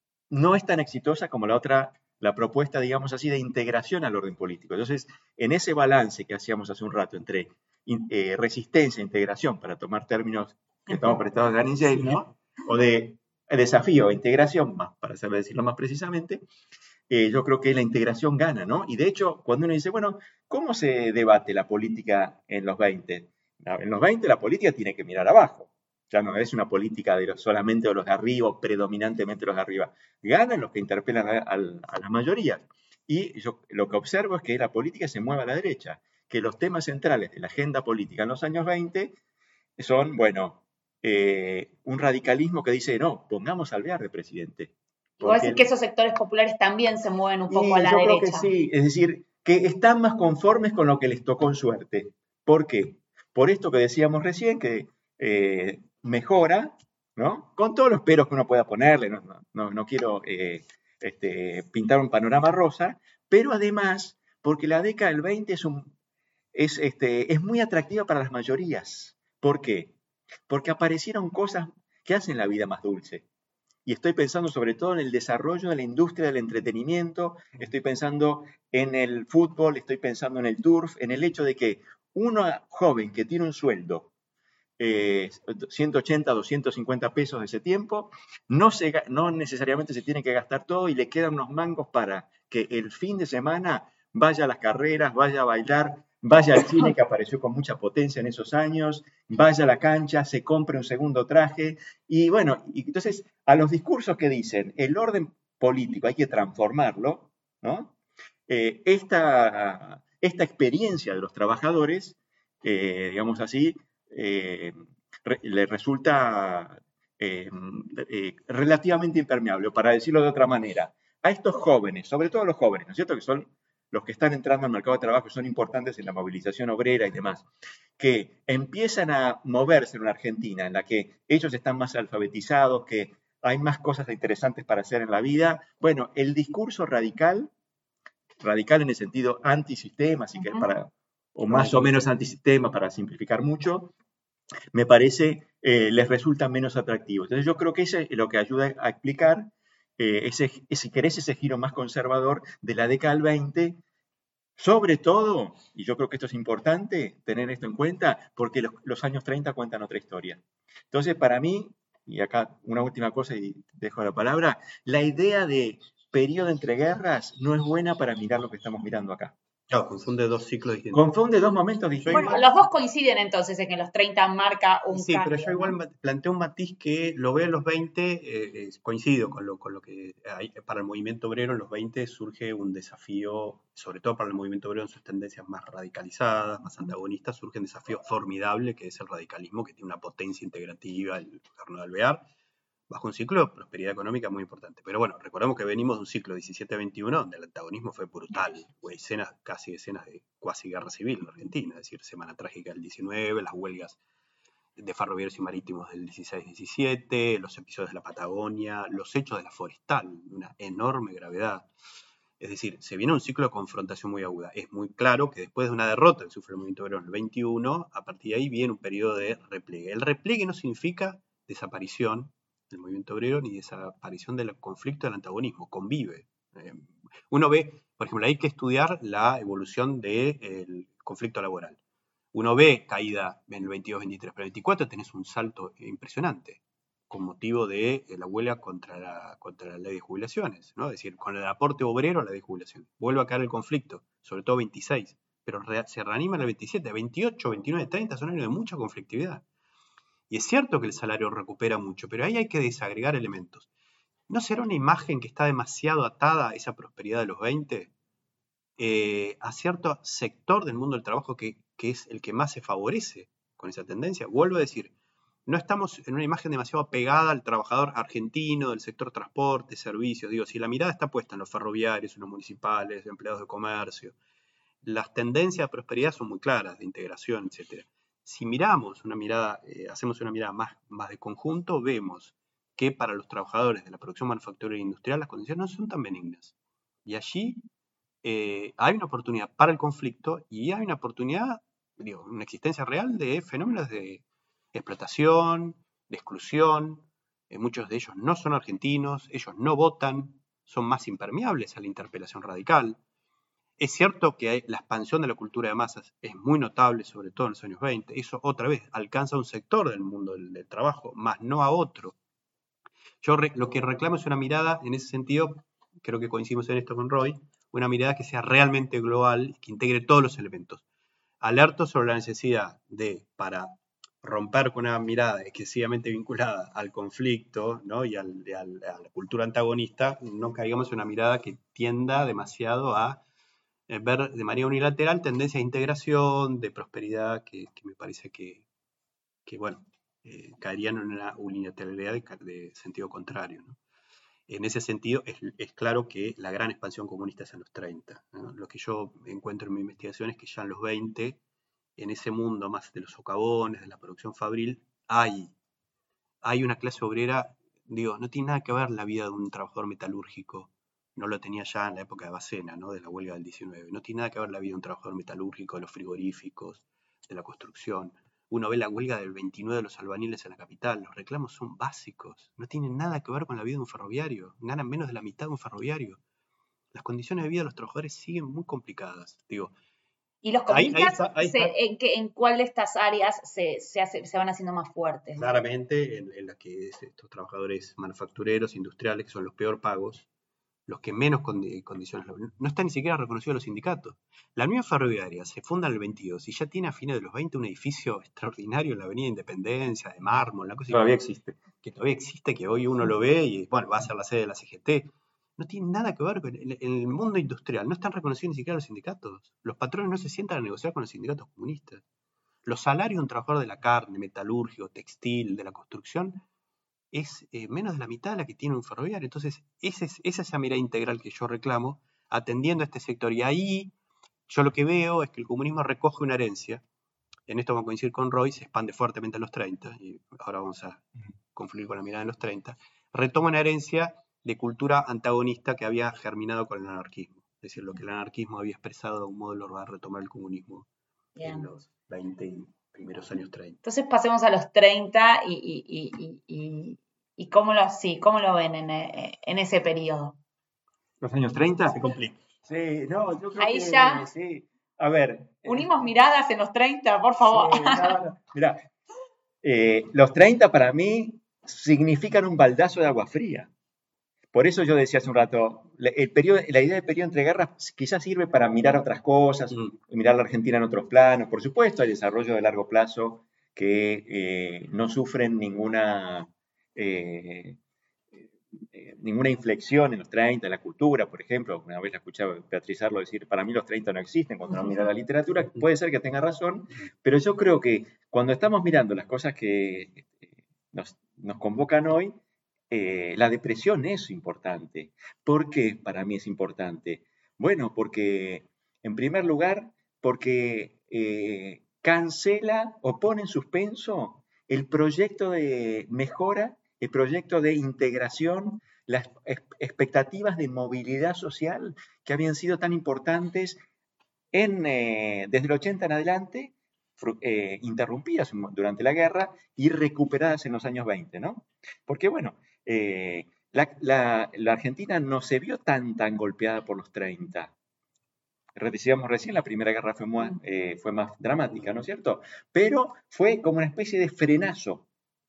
no es tan exitosa como la otra la propuesta, digamos así, de integración al orden político. Entonces, en ese balance que hacíamos hace un rato entre eh, resistencia e integración, para tomar términos que estamos prestados de Danny James, ¿no? O de desafío e integración, más, para saber decirlo más precisamente, eh, yo creo que la integración gana, ¿no? Y de hecho, cuando uno dice, bueno, ¿cómo se debate la política en los veinte? En los veinte la política tiene que mirar abajo. Ya no es una política de los, solamente de los de arriba o predominantemente los de arriba. Ganan los que interpelan a, a, a la mayoría. Y yo lo que observo es que la política se mueve a la derecha, que los temas centrales de la agenda política en los años veinte son, bueno, eh, un radicalismo que dice, no, pongamos a Alvear de presidente. ¿Vos decís que esos sectores populares también se mueven un poco a la yo derecha? Yo creo que sí, es decir, que están más conformes con lo que les tocó en suerte. ¿Por qué? Por esto que decíamos recién, que eh, mejora, ¿no? Con todos los peros que uno pueda ponerle, no, no, no quiero eh, este, pintar un panorama rosa, pero además, porque la década del veinte es un, es, este, es muy atractiva para las mayorías. ¿Por qué? Porque aparecieron cosas que hacen la vida más dulce. Y estoy pensando sobre todo en el desarrollo de la industria del entretenimiento, estoy pensando en el fútbol, estoy pensando en el turf, en el hecho de que uno joven que tiene un sueldo, eh, ciento ochenta, doscientos cincuenta pesos de ese tiempo, no, se, no necesariamente se tiene que gastar todo y le quedan unos mangos para que el fin de semana vaya a las carreras, vaya a bailar, vaya al cine, que apareció con mucha potencia en esos años, vaya a la cancha, se compre un segundo traje. Y bueno, y entonces a los discursos que dicen el orden político hay que transformarlo, ¿no? Eh, esta, esta experiencia de los trabajadores, eh, digamos así, eh, re, le resulta eh, eh, relativamente impermeable, para decirlo de otra manera. A estos jóvenes, sobre todo a los jóvenes, ¿no es cierto? Que son los que están entrando al mercado de trabajo, son importantes en la movilización obrera y demás, que empiezan a moverse en una Argentina en la que ellos están más alfabetizados, que hay más cosas interesantes para hacer en la vida. Bueno, el discurso radical, radical en el sentido antisistema, así que para, o más o menos antisistema para simplificar mucho, me parece eh, les resulta menos atractivo. Entonces yo creo que eso es lo que ayuda a explicar eh, ese, ese, querés ese giro más conservador de la década del veinte, sobre todo, y yo creo que esto es importante tener esto en cuenta, porque los, los años treinta cuentan otra historia. Entonces, para mí, y acá una última cosa y dejo la palabra, la idea de periodo entre guerras no es buena para mirar lo que estamos mirando acá. Claro, confunde dos ciclos distintos. Confunde dos momentos distintos. Bueno, los dos coinciden entonces en que los treinta marca un Sí, cambio. pero yo igual ¿no? planteo un matiz que lo veo en los veinte, eh, eh, coincido con lo, con lo que hay. Para el movimiento obrero en los veinte surge un desafío, sobre todo para el movimiento obrero en sus tendencias más radicalizadas, más antagonistas, surge un desafío formidable que es el radicalismo, que tiene una potencia integrativa, el gobierno de Alvear, bajo un ciclo de prosperidad económica muy importante. Pero bueno, recordemos que venimos de un ciclo diecisiete a veintiuno donde el antagonismo fue brutal. Hubo escenas, casi escenas de cuasi guerra civil en Argentina, es decir, Semana Trágica del diecinueve, las huelgas de ferroviarios y marítimos del dieciséis diecisiete, los episodios de la Patagonia, los hechos de la forestal, una enorme gravedad. Es decir, se viene un ciclo de confrontación muy aguda. Es muy claro que después de una derrota que sufre el movimiento obrero en el veintiuno, a partir de ahí viene un periodo de repliegue. El repliegue no significa desaparición del movimiento obrero ni desaparición del conflicto del antagonismo, convive. Eh, uno ve, por ejemplo, hay que estudiar la evolución del conflicto laboral. Uno ve caída en el veintidós veintitrés, pero en el veinticuatro tenés un salto impresionante con motivo de la huelga contra la, contra la ley de jubilaciones, ¿no? Es decir, con el aporte obrero a la ley de jubilaciones. Vuelve a caer el conflicto, sobre todo veintiséis, pero re, se reanima en el veintisiete, veintiocho, veintinueve, treinta son años de mucha conflictividad. Y es cierto que el salario recupera mucho, pero ahí hay que desagregar elementos. ¿No será una imagen que está demasiado atada a esa prosperidad de los veinte? Eh, a cierto sector del mundo del trabajo que, que es el que más se favorece con esa tendencia. Vuelvo a decir, no estamos en una imagen demasiado pegada al trabajador argentino del sector transporte, servicios. Digo, si la mirada está puesta en los ferroviarios, en los municipales, empleados de comercio, las tendencias de prosperidad son muy claras, de integración, etcétera. Si miramos una mirada, eh, hacemos una mirada más, más de conjunto, vemos que para los trabajadores de la producción manufacturera e industrial las condiciones no son tan benignas. Y allí eh, hay una oportunidad para el conflicto y hay una oportunidad, digo, una existencia real de fenómenos de explotación, de exclusión. Eh, muchos de ellos no son argentinos, ellos no votan, son más impermeables a la interpelación radical. Es cierto que hay, la expansión de la cultura de masas es muy notable, sobre todo en los años veinte. Eso otra vez alcanza a un sector del mundo del, del trabajo, más no a otro. Yo re, lo que reclamo es una mirada, en ese sentido, creo que coincidimos en esto con Roy, una mirada que sea realmente global y que integre todos los elementos. Alerto sobre la necesidad de, para romper con una mirada excesivamente vinculada al conflicto, ¿no? y al, al, a la cultura antagonista, no caigamos en una mirada que tienda demasiado a eh, ver de manera unilateral tendencias de integración, de prosperidad, que, que me parece que, que bueno, eh, caerían en una unilateralidad de, de sentido contrario, ¿no? En ese sentido, es, es, claro que la gran expansión comunista es en los treinta, ¿no? Lo que yo encuentro en mi investigación es que ya en los veinte, en ese mundo más de los socavones, de la producción fabril, hay, hay una clase obrera, digo, no tiene nada que ver la vida de un trabajador metalúrgico no lo tenía ya en la época de Bacena, ¿no? De la huelga del diecinueve. No tiene nada que ver la vida de un trabajador metalúrgico, de los frigoríficos, de la construcción. Uno ve la huelga del veintinueve de los albañiles en la capital, los reclamos son básicos, no tienen nada que ver con la vida de un ferroviario, ganan menos de la mitad de un ferroviario. Las condiciones de vida de los trabajadores siguen muy complicadas. Digo, ¿Y los ahí- ahí comunistas está- ahí se- está. en, qué- en cuál de estas áreas se, se, hace- se van haciendo más fuertes? Claramente en, en la que es estos trabajadores manufactureros, industriales, que son los peor pagos, los que menos condi- condiciones, no está ni siquiera reconocido los sindicatos. La Unión Ferroviaria se funda en el veintidós y ya tiene a fines de los veinte un edificio extraordinario en la Avenida Independencia, de mármol, la cosa Todavía que, existe. que todavía existe, que hoy uno lo ve y bueno, va a ser la sede de la C G T. No tiene nada que ver con en, en el mundo industrial, no están reconocidos ni siquiera los sindicatos. Los patrones no se sientan a negociar con los sindicatos comunistas. Los salarios de un trabajador de la carne, metalúrgico, textil, de la construcción, es eh, menos de la mitad de la que tiene un ferroviario. Entonces, esa es, esa es esa mirada integral que yo reclamo, atendiendo a este sector. Y ahí yo lo que veo es que el comunismo recoge una herencia, en esto vamos a coincidir con Roy, se expande fuertemente en los treinta, y ahora vamos a confluir con la mirada en los treinta, retoma una herencia de cultura antagonista que había germinado con el anarquismo. Es decir, lo que el anarquismo había expresado de un modo lo va a retomar el comunismo Bien. en los veinte y primeros años treinta. Entonces pasemos a los treinta y, y, y, y, y, y cómo, lo, sí, cómo lo ven en, eh, en ese periodo. ¿Los años treinta? Se complica. Sí, no, yo creo Ahí que ya. sí. A ver. Unimos miradas en los treinta, por favor. Sí, no, no. Mirá, eh, los treinta para mí significan un baldazo de agua fría. Por eso yo decía hace un rato, el periodo, la idea de periodo entre guerras quizás sirve para mirar otras cosas, Mm. mirar la Argentina en otros planos. Por supuesto, hay desarrollo de largo plazo que eh, no sufren ninguna, eh, eh, ninguna inflexión en los treinta, en la cultura, por ejemplo. Una vez la escuchaba Beatriz Arlo decir, para mí los treinta no existen cuando uno mira la literatura. Puede ser que tenga razón, pero yo creo que cuando estamos mirando las cosas que eh, nos, nos convocan hoy, Eh, la depresión es importante. ¿Por qué para mí es importante? Bueno, porque, en primer lugar, porque eh, cancela o pone en suspenso el proyecto de mejora, el proyecto de integración, las expectativas de movilidad social que habían sido tan importantes en, eh, desde el ochenta en adelante, eh, interrumpidas durante la guerra y recuperadas en los años veinte, ¿no? Porque, bueno, eh, la, la, la Argentina no se vio tan, tan golpeada por los treinta. Decíamos recién, la Primera Guerra fue más, eh, fue más dramática, ¿no es cierto? Pero fue como una especie de frenazo.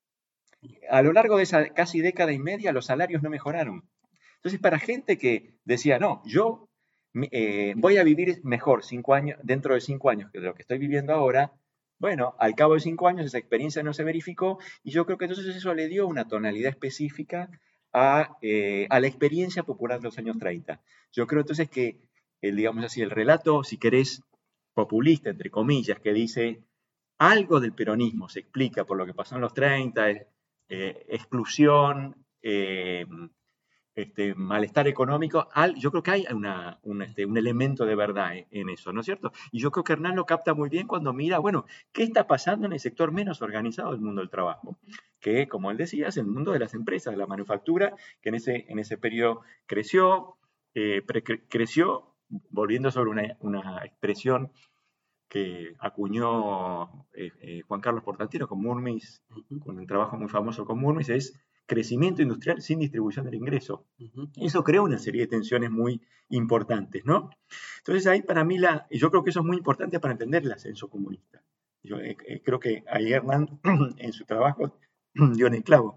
A lo largo de esa casi década y media, los salarios no mejoraron. Entonces, para gente que decía, no, yo eh, voy a vivir mejor cinco años, dentro de cinco años que de lo que estoy viviendo ahora, bueno, al cabo de cinco años esa experiencia no se verificó y yo creo que entonces eso le dio una tonalidad específica a, eh, a la experiencia popular de los años treinta. Yo creo entonces que, el, digamos así, el relato, si querés, populista, entre comillas, que dice algo del peronismo se explica por lo que pasó en los treinta, eh, exclusión, eh, Este, malestar económico, al, yo creo que hay una, un, este, un elemento de verdad en, en eso, ¿no es cierto? Y yo creo que Hernán lo capta muy bien cuando mira, bueno, ¿qué está pasando en el sector menos organizado del mundo del trabajo? Que, como él decía, es el mundo de las empresas, de la manufactura, que en ese, en ese periodo creció, eh, cre creció, volviendo sobre una, una expresión que acuñó eh, eh, Juan Carlos Portantino con Murmis, con un trabajo muy famoso con Murmis, es crecimiento industrial sin distribución del ingreso. Uh-huh. Eso creó una serie de tensiones muy importantes, ¿no? Entonces ahí para mí, la, yo creo que eso es muy importante para entender el ascenso comunista. Yo eh, eh, creo que ahí Hernán, en su trabajo, dio en el clavo.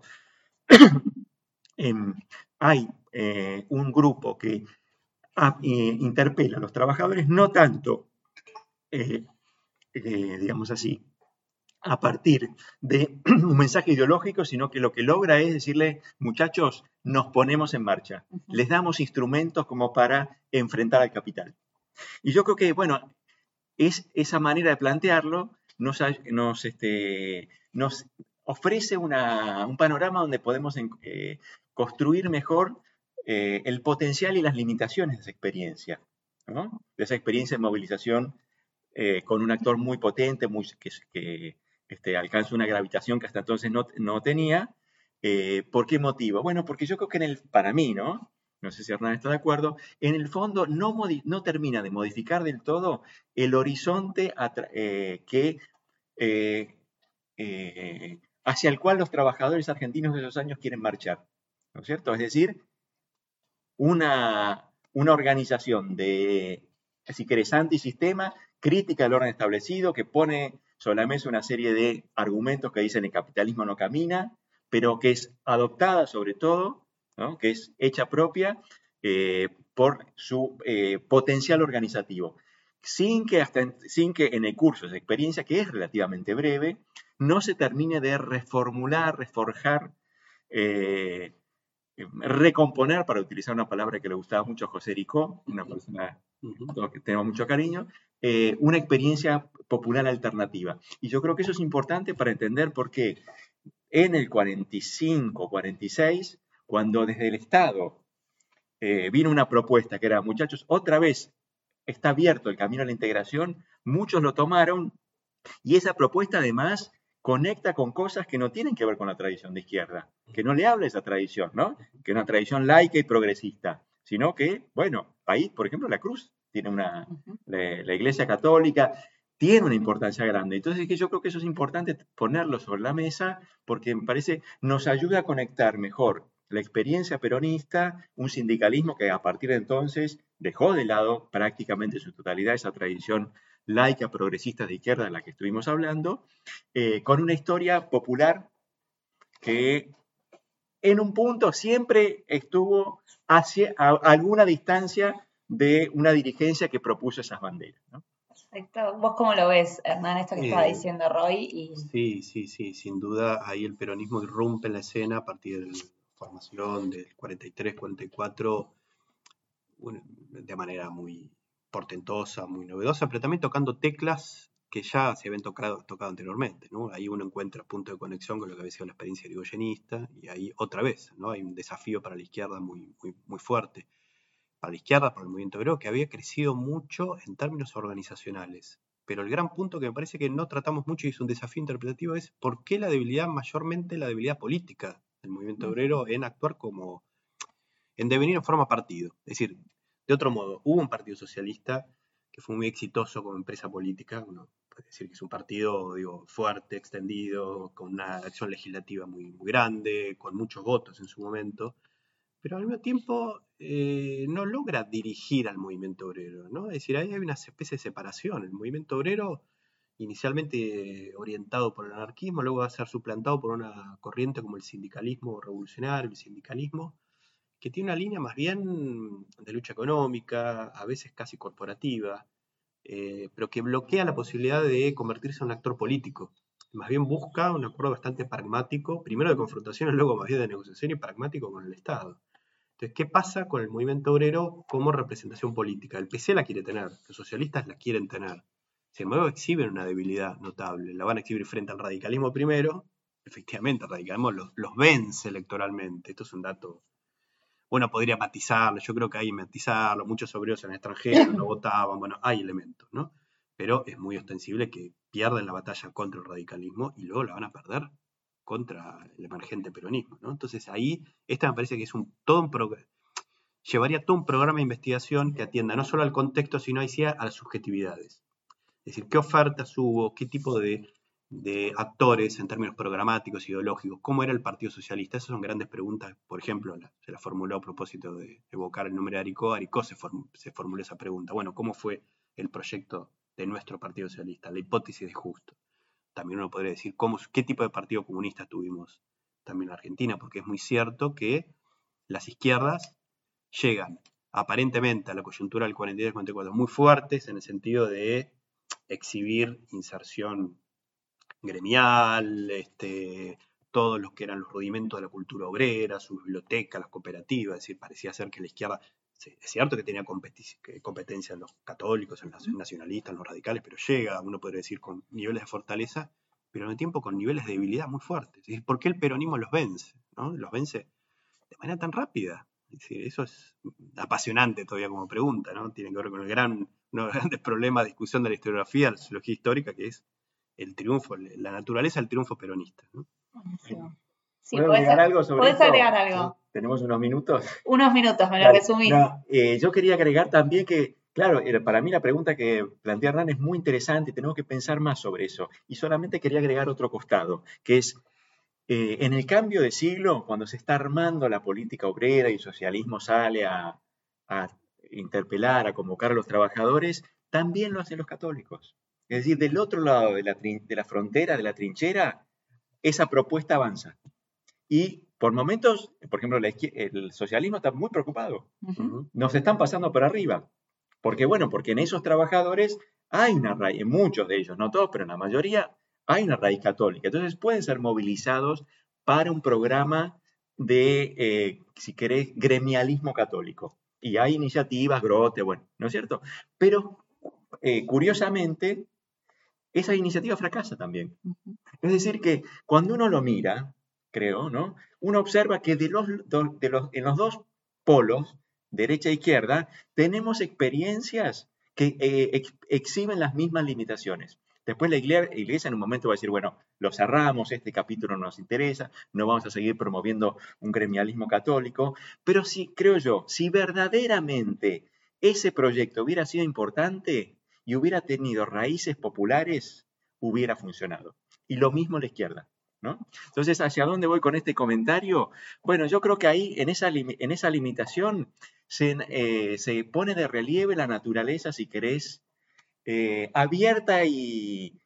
eh, hay eh, un grupo que ah, eh, interpela a los trabajadores no tanto, eh, eh, digamos así, a partir de un mensaje ideológico, sino que lo que logra es decirle, muchachos, nos ponemos en marcha, uh-huh. les damos instrumentos como para enfrentar al capital. Y yo creo que, bueno, es esa manera de plantearlo nos, nos, este, nos ofrece una, un panorama donde podemos eh, construir mejor eh, el potencial y las limitaciones de esa experiencia, ¿no? De esa experiencia de movilización eh, con un actor muy potente, muy, que, que Este, alcanza una gravitación que hasta entonces no, no tenía. Eh, ¿Por qué motivo? Bueno, porque yo creo que en el, para mí, ¿no? no sé si Hernán está de acuerdo, en el fondo no, no termina de modificar del todo el horizonte eh, que, eh, eh, hacia el cual los trabajadores argentinos de esos años quieren marchar, ¿no es cierto? Es decir, una, una organización de, si querés, antisistema, crítica del orden establecido, que pone sobre la mesa una serie de argumentos que dicen el capitalismo no camina, pero que es adoptada sobre todo, ¿no? Que es hecha propia eh, por su eh, potencial organizativo, sin que, hasta en, sin que en el curso de experiencia, que es relativamente breve, no se termine de reformular, reforjar, eh, recomponer, para utilizar una palabra que le gustaba mucho a José Ricó, una persona uh-huh. que tenemos mucho cariño, eh, una experiencia popular alternativa. Y yo creo que eso es importante para entender por qué en el cuarenta y cinco, cuarenta y seis, cuando desde el Estado eh, vino una propuesta que era, muchachos, otra vez está abierto el camino a la integración, muchos lo tomaron, y esa propuesta además conecta con cosas que no tienen que ver con la tradición de izquierda, que no le habla de esa tradición, ¿no? Que es una tradición laica y progresista, sino que, bueno, ahí, por ejemplo, la Cruz tiene una, la, la Iglesia Católica tiene una importancia grande. Entonces, es que yo creo que eso es importante ponerlo sobre la mesa, porque me parece nos ayuda a conectar mejor la experiencia peronista, un sindicalismo que a partir de entonces dejó de lado prácticamente en su totalidad esa tradición laica, progresista de izquierda de la que estuvimos hablando, eh, con una historia popular que en un punto siempre estuvo hacia a, a alguna distancia de una dirigencia que propuso esas banderas, ¿no? Perfecto. ¿Vos cómo lo ves, Hernán, esto que eh, estaba diciendo Roy? Y... Sí, sí, sí, sin duda ahí el peronismo irrumpe en la escena a partir de la formación del cuarenta y tres, cuarenta y cuatro, de manera muy portentosa, muy novedosa, pero también tocando teclas que ya se habían tocado, tocado anteriormente, ¿no? Ahí uno encuentra punto de conexión con lo que había sido la experiencia irigoyenista, y ahí otra vez, ¿no? Hay un desafío para la izquierda muy, muy, muy fuerte. Para la izquierda, para el movimiento obrero, que había crecido mucho en términos organizacionales. Pero el gran punto que me parece que no tratamos mucho y es un desafío interpretativo es por qué la debilidad, mayormente la debilidad política del movimiento obrero en actuar como, en devenir en forma partido. Es decir, de otro modo, hubo un partido socialista que fue muy exitoso como empresa política, uno puede decir que es un partido, digo, fuerte, extendido, con una acción legislativa muy, muy grande, con muchos votos en su momento, pero al mismo tiempo eh, no logra dirigir al movimiento obrero, ¿no? Es decir, ahí hay una especie de separación. El movimiento obrero, inicialmente orientado por el anarquismo, luego va a ser suplantado por una corriente como el sindicalismo revolucionario, el sindicalismo, que tiene una línea más bien de lucha económica, a veces casi corporativa, eh, pero que bloquea la posibilidad de convertirse en un actor político. Más bien busca un acuerdo bastante pragmático, primero de confrontación y luego más bien de negociación y pragmático con el Estado. Entonces, ¿qué pasa con el movimiento obrero como representación política? El P C la quiere tener, los socialistas la quieren tener. Sin embargo, exhiben una debilidad notable. La van a exhibir frente al radicalismo primero. Efectivamente, el radicalismo los, los vence electoralmente. Esto es un dato... Bueno, podría matizarlo, yo creo que hay que matizarlo, muchos obreros en el extranjero no votaban, bueno, hay elementos, ¿no? Pero es muy ostensible que pierden la batalla contra el radicalismo y luego la van a perder contra el emergente peronismo, ¿no? Entonces ahí, esta me parece que es un todo un programa, llevaría todo un programa de investigación que atienda no solo al contexto, sino ahí sí a las subjetividades. Es decir, qué ofertas hubo, qué tipo de, de actores en términos programáticos, ideológicos, cómo era el Partido Socialista. Esas son grandes preguntas. Por ejemplo, la, se la formuló a propósito de evocar el nombre de Aricó. Aricó se, form, se formuló esa pregunta. Bueno, ¿cómo fue el proyecto de nuestro Partido Socialista? La hipótesis de Justo. También uno podría decir cómo, qué tipo de partido comunista tuvimos también en Argentina, porque es muy cierto que las izquierdas llegan aparentemente a la coyuntura del cuarenta y tres cuarenta y cuatro muy fuertes en el sentido de exhibir inserción gremial, este, todos los que eran los rudimentos de la cultura obrera, su biblioteca, las cooperativas, es decir, parecía ser que la izquierda, sí, es cierto que tenía competencia en los católicos, en los nacionalistas, en los radicales, pero llega, uno podría decir, con niveles de fortaleza, pero en el tiempo con niveles de debilidad muy fuertes. Es decir, ¿por qué el peronismo los vence? ¿No? Los vence de manera tan rápida. Es decir, eso es apasionante todavía como pregunta, ¿no? Tiene que ver con el gran, uno de los grandes problemas de discusión de la historiografía, la sociología histórica, que es el triunfo, la naturaleza del triunfo peronista, ¿no? Sí. Sí, ¿Puedo podés, agregar algo sobre podés esto? agregar algo. ¿Tenemos unos minutos? Unos minutos, me lo Dale. resumí. No, eh, yo quería agregar también que, claro, eh, para mí la pregunta que plantea Hernán es muy interesante, tenemos que pensar más sobre eso. Y solamente quería agregar otro costado, que es, eh, en el cambio de siglo, cuando se está armando la política obrera y el socialismo sale a, a interpelar, a convocar a los trabajadores, también lo hacen los católicos. Es decir, del otro lado de la, trin- de la frontera, de la trinchera, esa propuesta avanza. Y por momentos, por ejemplo, la izquier- el socialismo está muy preocupado. Ujú. Nos están pasando por arriba. ¿Por qué? Bueno, porque en esos trabajadores hay una raíz, en muchos de ellos, no todos, pero en la mayoría hay una raíz católica. Entonces pueden ser movilizados para un programa de, eh, si querés, gremialismo católico. Y hay iniciativas, Grote, bueno, ¿no es cierto? Pero, eh, curiosamente, esa iniciativa fracasa también. Ujú. Es decir, que cuando uno lo mira, creo, ¿no? Uno observa que de los, do- de los- en los dos polos, derecha e izquierda, tenemos experiencias que eh, ex- exhiben las mismas limitaciones. Después la iglesia, iglesia en un momento va a decir, bueno, lo cerramos, este capítulo no nos interesa, no vamos a seguir promoviendo un gremialismo católico, pero sí, creo yo, si verdaderamente ese proyecto hubiera sido importante y hubiera tenido raíces populares, hubiera funcionado. Y lo mismo la izquierda, ¿no? Entonces, ¿hacia dónde voy con este comentario? Bueno, yo creo que ahí, en esa, en esa limitación, se, eh, se pone de relieve la naturaleza, si querés, eh, abierta y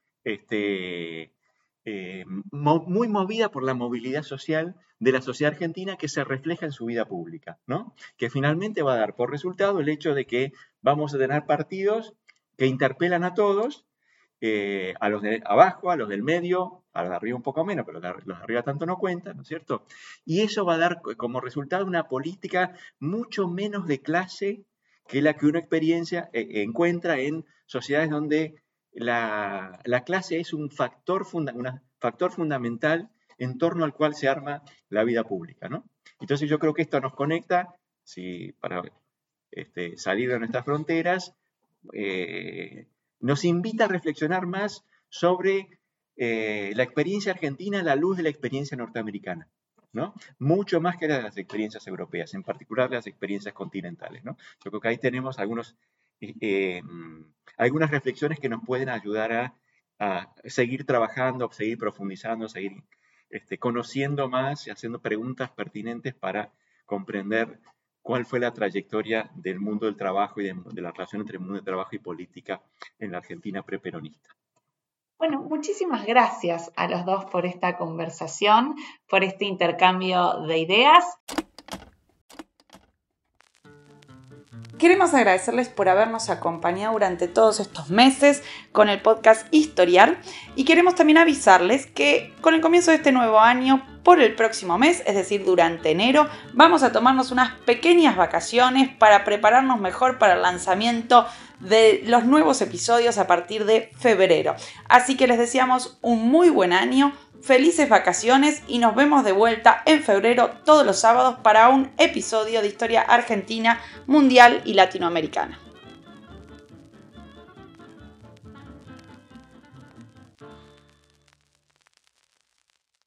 este, eh, mo muy movida por la movilidad social de la sociedad argentina que se refleja en su vida pública, ¿no? Que finalmente va a dar por resultado el hecho de que vamos a tener partidos que interpelan a todos, eh, a los de abajo, a los del medio, a los de arriba un poco menos, pero los de arriba tanto no cuentan, ¿no es cierto? Y eso va a dar como resultado una política mucho menos de clase que la que uno experiencia, eh, encuentra en sociedades donde la, la clase es un factor, funda, una, factor fundamental en torno al cual se arma la vida pública, ¿no? Entonces yo creo que esto nos conecta, si, para este, salir de nuestras fronteras, eh, nos invita a reflexionar más sobre eh, la experiencia argentina a la luz de la experiencia norteamericana, ¿no? Mucho más que las experiencias europeas, en particular las experiencias continentales, ¿no? Yo creo que ahí tenemos algunos, eh, eh, algunas reflexiones que nos pueden ayudar a, a seguir trabajando, a seguir profundizando, a seguir este, conociendo más y haciendo preguntas pertinentes para comprender cuál fue la trayectoria del mundo del trabajo y de, de la relación entre el mundo del trabajo y política en la Argentina preperonista. Bueno, muchísimas gracias a los dos por esta conversación, por este intercambio de ideas. Queremos agradecerles por habernos acompañado durante todos estos meses con el podcast Historial y queremos también avisarles que con el comienzo de este nuevo año, por el próximo mes, es decir, durante enero, vamos a tomarnos unas pequeñas vacaciones para prepararnos mejor para el lanzamiento de los nuevos episodios a partir de febrero. Así que les deseamos un muy buen año, felices vacaciones y nos vemos de vuelta en febrero todos los sábados para un episodio de historia argentina, mundial y latinoamericana.